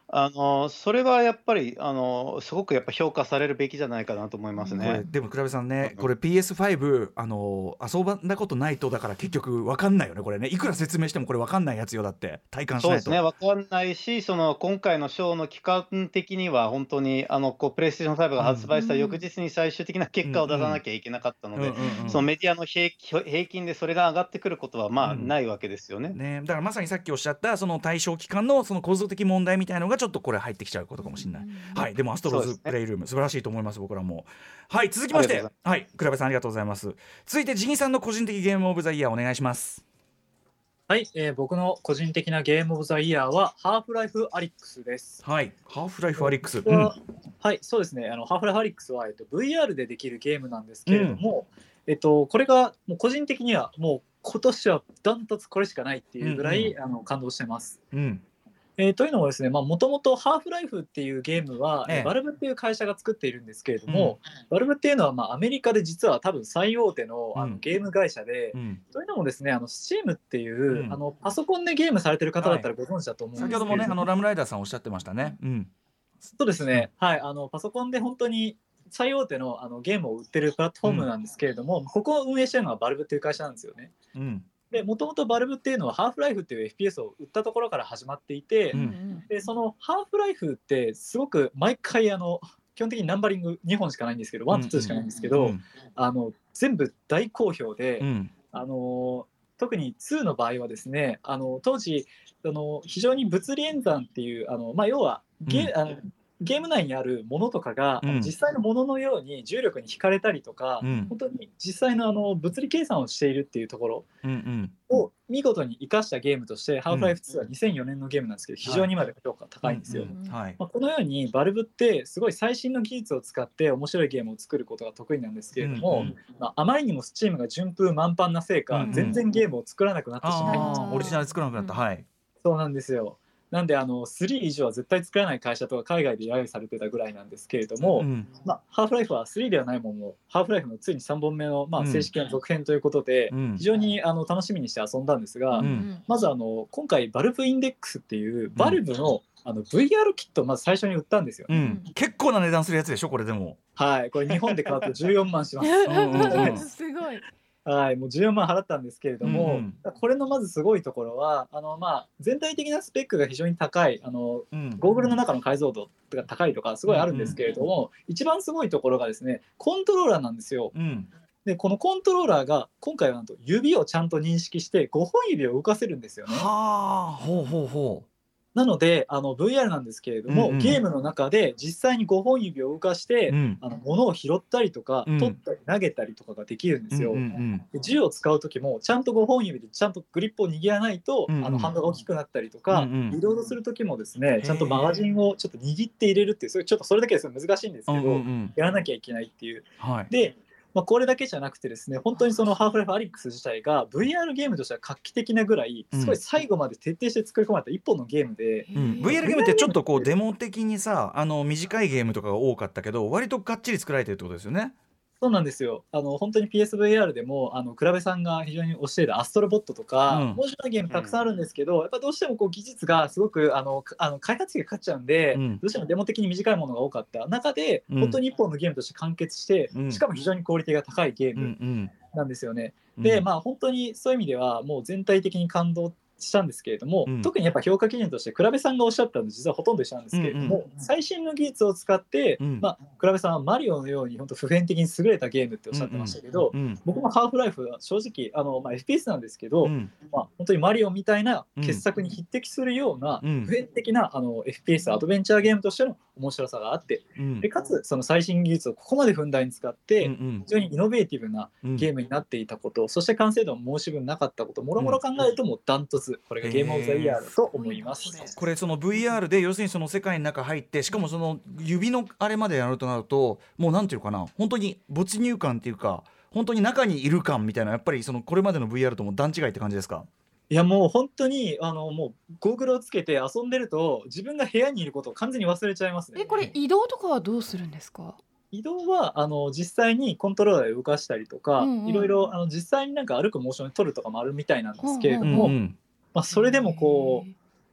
あのそれはやっぱりあのすごくやっぱ評価されるべきじゃないかなと思いますね。 これでも倉部さんね、これ ピーエスファイブ あの遊ばんだことないとだから結局分かんないよねこれね。いくら説明してもこれ分かんないやつよ、だって体感しないと。 そうですね、分かんないし、その今回のショーの期間的には本当にあのこうプレイステーションファイブが発売した翌日に最終的な結果を出さなきゃいけなかったので、そのメディアの平平均でそれが上がってくることはまあないわけですよね。 うんね、だからまさにさっきおっしゃったその対象期間のその構造的問題みたいなのがちょっとこれ入ってきちゃうことかもしれない。はい、でもアストロズプレイルーム、ね、素晴らしいと思います、僕らも。はい、続きまして、はい、倉部さんありがとうございます。続いてジギさんの個人的ゲームオブザイヤーお願いします。 はい、えー、僕の個人的なゲームオブザイヤーはハーフライフアリックスです。 はい、ハーフライフアリックス、 うん、はいそうですね、あのハーフライフアリックスは、えっと、ブイアール でできるゲームなんですけれども、うんえっと、これがもう個人的にはもう今年はダントツこれしかないっていうぐらい、うんうん、あの感動してます。うんえー、というのもですね、もともとハーフライフっていうゲームは、ええ、バルブっていう会社が作っているんですけれども、うん、バルブっていうのは、まあ、アメリカで実は多分最大手 の, あのゲーム会社で、うん、というのもですね、あの Steam っていう、うん、あのパソコンでゲームされてる方だったらご存知だと思うんですけど、はい、 先ほどもねあのラムライダーさんおっしゃってましたね。うん、 そうですね、はい、あのパソコンで本当に最大手 の, あのゲームを売ってるプラットフォームなんですけれども、うん、ここを運営しているのはバルブっていう会社なんですよね。うんでもともとバルブっていうのはハーフライフっていう エフピーエス を売ったところから始まっていて、うん、でそのハーフライフってすごく毎回あの基本的にナンバリングにほんしかないんですけど、ワンとツーしかないんですけど、うん、あの全部大好評で、うん、あの特にツーの場合はですね、あの当時あの非常に物理演算っていうあの、まあ、要はゲ、うん、あのゲーム内にあるものとかが、うん、実際のもののように重力に惹かれたりとか、うん、本当に実際 の, あの物理計算をしているっていうところを見事に生かしたゲームとして、うん、ハーフライフツーはにせんよねんのゲームなんですけど、非常に今でも評価高いんですよ。このようにバルブってすごい最新の技術を使って面白いゲームを作ることが得意なんですけれども、うんうんまあ、あまりにもスチームが順風満帆なせいか、うんうん、全然ゲームを作らなくなってしまいました。 オリジナル作らなくなった、うん、はいそうなんですよ。なんであのスリー以上は絶対作らない会社とか海外で揶揄されてたぐらいなんですけれども、うんまあ、ハーフライフはスリーではないもののハーフライフのついにさんぼんめの、まあ、正式な続編ということで、うん、非常にあの楽しみにして遊んだんですが、うん、まずあの今回バルブインデックスっていうバルブ の,、うん、あの ブイアール キットをまず最初に売ったんですよ、ねうん、結構な値段するやつでしょこれ。でもはいこれ日本で買うとじゅうよんまんしますうんすごいはい、もうじゅうよんまん払ったんですけれども、うんうん、これのまずすごいところはあの、まあ、全体的なスペックが非常に高いあの、うん、ゴーグルの中の解像度が高いとかすごいあるんですけれども、うんうん、一番すごいところがですねコントローラーなんですよ、うん、でこのコントローラーが今回はなんと指をちゃんと認識してごほん指を動かせるんですよね。 はあ、ほうほうほう。 なのであの ブイアール なんですけれども、うんうん、ゲームの中で実際にごほん指を動かして、うん、あの物を拾ったりとか、うん、取ったり投げたりとかができるんですよ、うんうんうん、で銃を使う時もちゃんとごほん指でちゃんとグリップを握らないと、うんうん、あのハンドが大きくなったりとか、うんうん、リロードする時もですねちゃんとマガジンをちょっと握って入れるっていうそれちょっとそれだけです難しいんですけど、うんうんうん、やらなきゃいけないっていう、はい、でまあ、これだけじゃなくてですね本当にそのハーフライフアリックス自体が ブイアール ゲームとしては画期的なぐらいすごい最後まで徹底して作り込まれた一本のゲームで、 うん、ブイアール ゲームってちょっとこうデモ的にさあの短いゲームとかが多かったけど割とがっちり作られてるってことですよね。 そうなんですよ。あの本当に ピーエスブイアール でもあの倉部さんが非常に教えるアストロボットとか、うん、面白いゲームたくさんあるんですけど、うん、やっぱどうしてもこう技術がすごくあのあの開発費がかかっちゃうんで、うん、どうしてもデモ的に短いものが多かった中で、うん、本当に一本のゲームとして完結して、うん、しかも非常にクオリティが高いゲームなんですよね、うんうん、でまあ本当にそういう意味ではもう全体的に感動したんですけれども、うん、特にやっぱ評価基準として倉部さんがおっしゃったの実はほとんど一緒なんですけれども、うんうん、最新の技術を使って、うんまあ、倉部さんはマリオのように本当普遍的に優れたゲームっておっしゃってましたけど、うんうん、僕もハーフライフは正直あの、まあ、エフピーエス なんですけど、うんまあ、本当にマリオみたいな傑作に匹敵するような普遍的なあの エフピーエス アドベンチャーゲームとしての面白さがあって、うん、でかつその最新技術をここまでふんだんに使って非常にイノベーティブなゲームになっていたこと、うん、そして完成度も申し分なかったこともろもろ考えるともうダントツこれがゲームオブザイヤーだと思います。 これその ブイアール で要するにその世界の中入ってしかもその指のあれまでやるとなるともうなんていうかな本当に没入感っていうか本当に中にいる感みたいなやっぱりそのこれまでの ブイアール とも段違いって感じですか？ いやもう本当にあのもうゴーグルをつけて遊んでると自分が部屋にいることを完全に忘れちゃいますね。 えこれ移動とかはどうするんですか？ 移動はあの実際にコントローラーで動かしたりとか、うんうん、いろいろあの実際になんか歩くモーションに撮るとかもあるみたいなんですけれども、うんうんまあ、それでもこう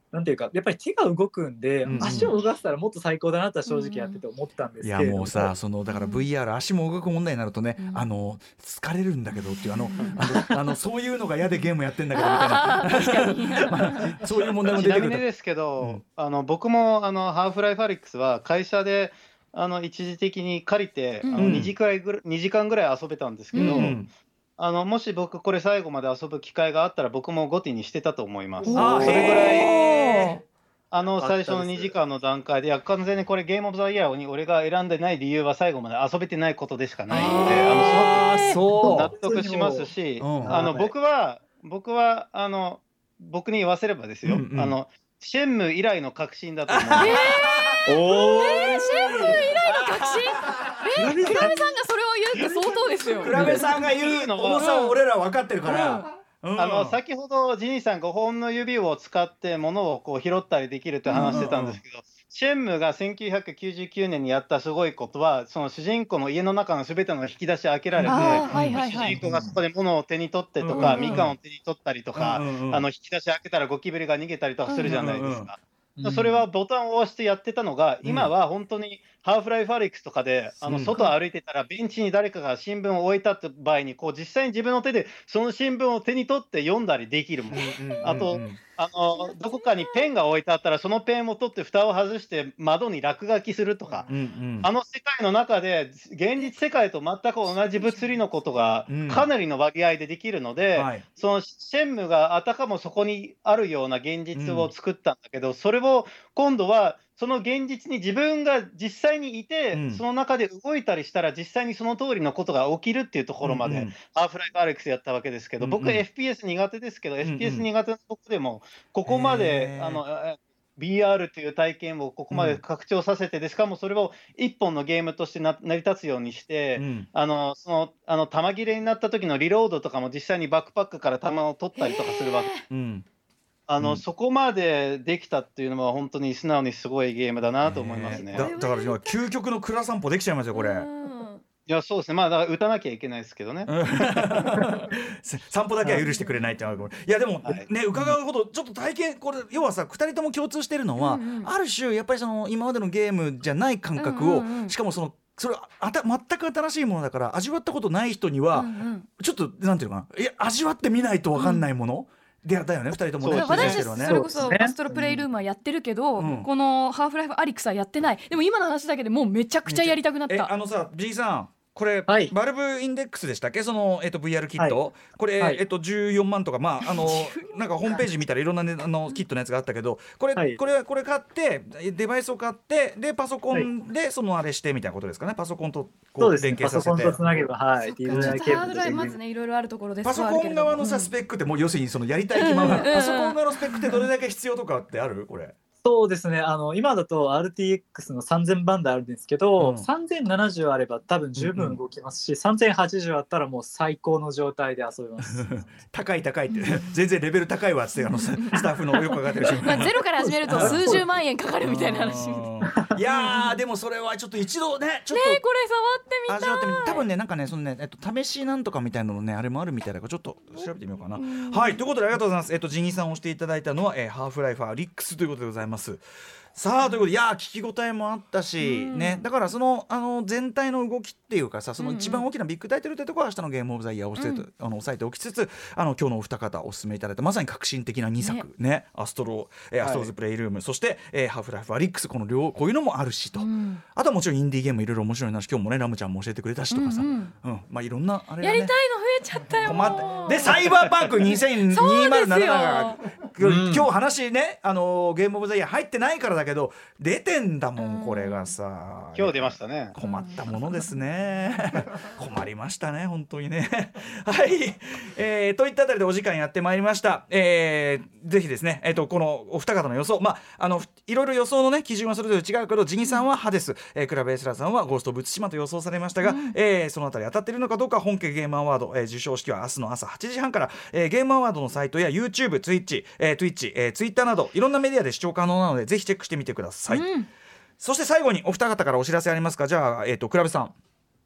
なんていうかやっぱり手が動くんで、 うんうん、 足を動かせたらもっと最高だなとは正直やってて思ったんですけど、 いやもうさそのだから ブイアール、うん、足も動く問題になるとね、うん、あの疲れるんだけどっていうあの、うん、あのあのそういうのが嫌でゲームやってんだけどみたいな確かに、まあ、そういう問題も出てくる。 ちなみにですけど、うん、あの僕もあのハーフライフアリックスは会社であの一時的に借りて、うん、あのにじかんぐらい、にじかんぐらい遊べたんですけど、うん、あのもし僕これ最後まで遊ぶ機会があったら僕もゴティにしてたと思います。 あそれぐらいあの最初のにじかんの段階で、いや完全にこれゲームオブザイヤーに俺が選んでない理由は最後まで遊べてないことでしかないので、あのすごく納得しますし、あの僕は僕はあの僕に言わせればですよ、うんうん、あのシェンム以来の革新だと思います。 えー、おえー、シェンム以来の革新えー、クラベさんがそれを言うって相当ですよ。 クラベさんが言うの重さを俺ら分かってるから、うんうん、あの先ほどジニーさんごほんの指を使って物をこう拾ったりできるって話してたんですけど、うんうんうん、シェンムがせんきゅうひゃくきゅうじゅうきゅうねんにやったすごいことは、その主人公の家の中のすべての引き出し開けられて、はいはいはい、主人公がそこで物を手に取ってとか、うんうん、みかんを手に取ったりとか、うんうんうん、あの引き出し開けたらゴキブリが逃げたりとかするじゃないですか、うんうんうん、それはボタンを押してやってたのが、今は本当にハーフライフアリックスとかで、あの外歩いてたらベンチに誰かが新聞を置いたって場合にこう実際に自分の手でその新聞を手に取って読んだりできるもん。あとあのどこかにペンが置いてあったらそのペンを取って蓋を外して窓に落書きするとか、うんうん、あの世界の中で現実世界と全く同じ物理のことがかなりの割合でできるので、うんはい、そのシェンムがあたかもそこにあるような現実を作ったんだけど、うん、それを今度はその現実に自分が実際にいて、うん、その中で動いたりしたら実際にその通りのことが起きるっていうところまで、うんうん、ハーフライフアレックスやったわけですけど、うんうん、僕 エフピーエス 苦手ですけど、うんうん、エフピーエス 苦手な僕でもここまであの ビーアール という体験をここまで拡張させて、でしかもそれを一本のゲームとしてな成り立つようにして、うん、あのそのあの弾切れになった時のリロードとかも実際にバックパックから弾を取ったりとかするわけです。うんあのうん、そこまでできたっていうのは本当に素直にすごいゲームだなと思いますね。 だ, だから今究極の蔵散歩できちゃいますよこれ。 いやそうですね、まあだから打たなきゃいけないですけどね散歩だけは許してくれないっていうのは、いやでも、はい、ね伺うほどちょっと体験これ要はさふたりとも共通してるのは、うんうん、ある種やっぱりその今までのゲームじゃない感覚を、うんうんうん、しかもそのそれあた全く新しいものだから味わったことない人には、うんうん、ちょっとなんていうのかないや味わってみないと分かんないもの、うんでだよねふたりともね。 私それこそアストロプレイルームはやってるけど、うん、このハーフライフアリックスはやってない。でも今の話だけでもうめちゃくちゃやりたくなった。 えあのさ G さんこれ、はい、バルブインデックスでしたっけその、えっと、ブイアール キット、はい、これ、はい、えっと、じゅうよんまんとか、まあ、あのなんかホームページ見たらいろんな、ね、あのキットのやつがあったけどこれ、はい、これ、これ買ってデバイスを買ってでパソコンでそのあれしてみたいなことですかね。パソコンとこう連携させて、 パソコンとつなげば、はい、 ちょっとハードライブまずねいろいろあるところです。 パソコン側のさスペックってもう要するにそのやりたい気まま、うん、パソコン側のスペックってどれだけ必要とかってあるこれ。 そうですね、あの今だと アールティーエックス のさんぜんバンダあるんですけど、うん、さんぜんななじゅうあれば多分十分動きますし、うんうん、さんぜんはちじゅうあったらもう最高の状態で遊べます高い高いって全然レベル高いわってあのスタッフのよく分かってる人ゼロから始めると数十万円かかるみたいな話いやーでもそれはちょっと一度ねちょっとねこれ触ってみたい味わってみ多分ねなんかねそのね、えっと、試しなんとかみたいなのねあれもあるみたいだからちょっと調べてみようかな。はいということでありがとうございます。えっとジニーさんを押していただいたのは、えー、ハーフライフアリックスということでございます。さあということでいや聞き応えもあったし、うんね、だからそのあの全体の動きっていうかさその一番大きなビッグタイトルというところは明日のゲームオブザイヤーを押して、うん、あの抑えておきつつあの今日のお二方お勧めいただいたまさに革新的なにさく、ねね、アストロ、えー、アストロズプレイルーム、はい、そして、えー、ハーフライフアリックスこの両こういうのもあるしと、うん、あとはもちろんインディーゲームいろいろ面白いなし今日もねラムちゃんも教えてくれたしとかさ、うんうんうん、まあいろんなあれ、ね、 やりたいの増えちゃったよもうでサイバーパンクにせんにじゅうななが今日話ねあのゲームオブザイヤー入ってないからだけど出てんだもんこれがさ今日出ましたね。 困ったものですね困りましたね本当にねはい、えー、といったあたりでお時間やってまいりました、えー、ぜひですね、えー、とこのお二方の予想まああのいろいろ予想のね基準はそれぞれ違うけどジニさんはハデス、えー、クラブエスラーさんはゴースト・オブ・ツシマと予想されましたが、うんえー、そのあたり当たっているのかどうか本家ゲームアワード、えー、授賞式は明日の朝はちじはんから、えー、ゲームアワードのサイトや YouTube、Twitch、えー、Twitch、えー、Twitter などいろんなメディアで視聴可能なのでぜひチェックしてみてください、うんそして最後にお二方からお知らせありますか。じゃあ、えーと、クラブさん。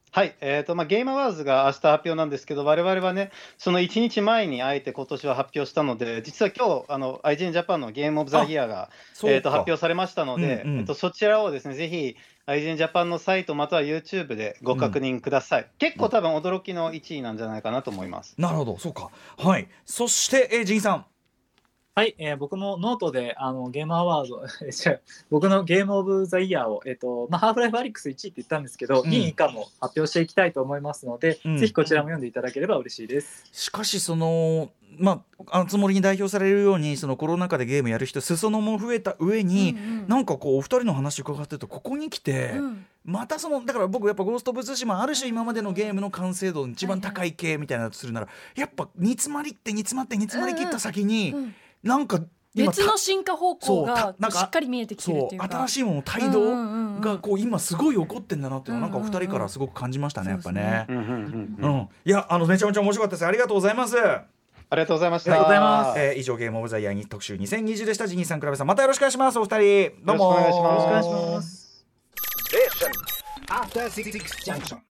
はい、えーとまあ、ゲームアワーズが明日発表なんですけど、我々はね、そのいちにちまえにあえて今年は発表したので、実は今日あの アイジーエヌ ジャパンのゲームオブザイヤーが、えー、と発表されましたので、うんうん、えー、とそちらをですね、ぜひ アイジーエヌ ジャパンのサイトまたは YouTube でご確認ください。うん、結構多分驚きのいちいなんじゃないかなと思います。 なるほど、そうか。はい。そして、えー、ジンさん。 はい、えー、僕もノートであのゲームアワード僕のゲームオブザイヤーを、えーとまあ、ハーフライフアリックスいちいって言ったんですけど、うん、にい以下も発表していきたいと思いますので、うん、ぜひこちらも読んでいただければ嬉しいです。 しかしそのまあ、あつ森に代表されるようにそのコロナ禍でゲームやる人裾野も増えた上に、うんうん、なんかこうお二人の話伺ってるとここに来て、うん、またそのだから僕やっぱゴースト・オブ・ツシマある種今までのゲームの完成度の一番高い系みたいなのとするなら、はいはい、やっぱ煮詰まりって煮詰まって煮詰まりきった先に、うんうん、なんか別の進化方向がしっかり見えてきてるっていうか、 新しいものの帯同がこう今すごい起こってんだなっていうのはなんかお二人からすごく感じましたね、やっぱね。いやあのめちゃめちゃ面白かったです。ありがとうございます。 ありがとうございました。 ありがとうございます。えー、以上ゲームオブザイヤーに特集にせんにじゅうでした。ジニーさん、クラベさん、またよろしくお願いします。お二人どうもよろしくお願いします。 よろしくお願いします。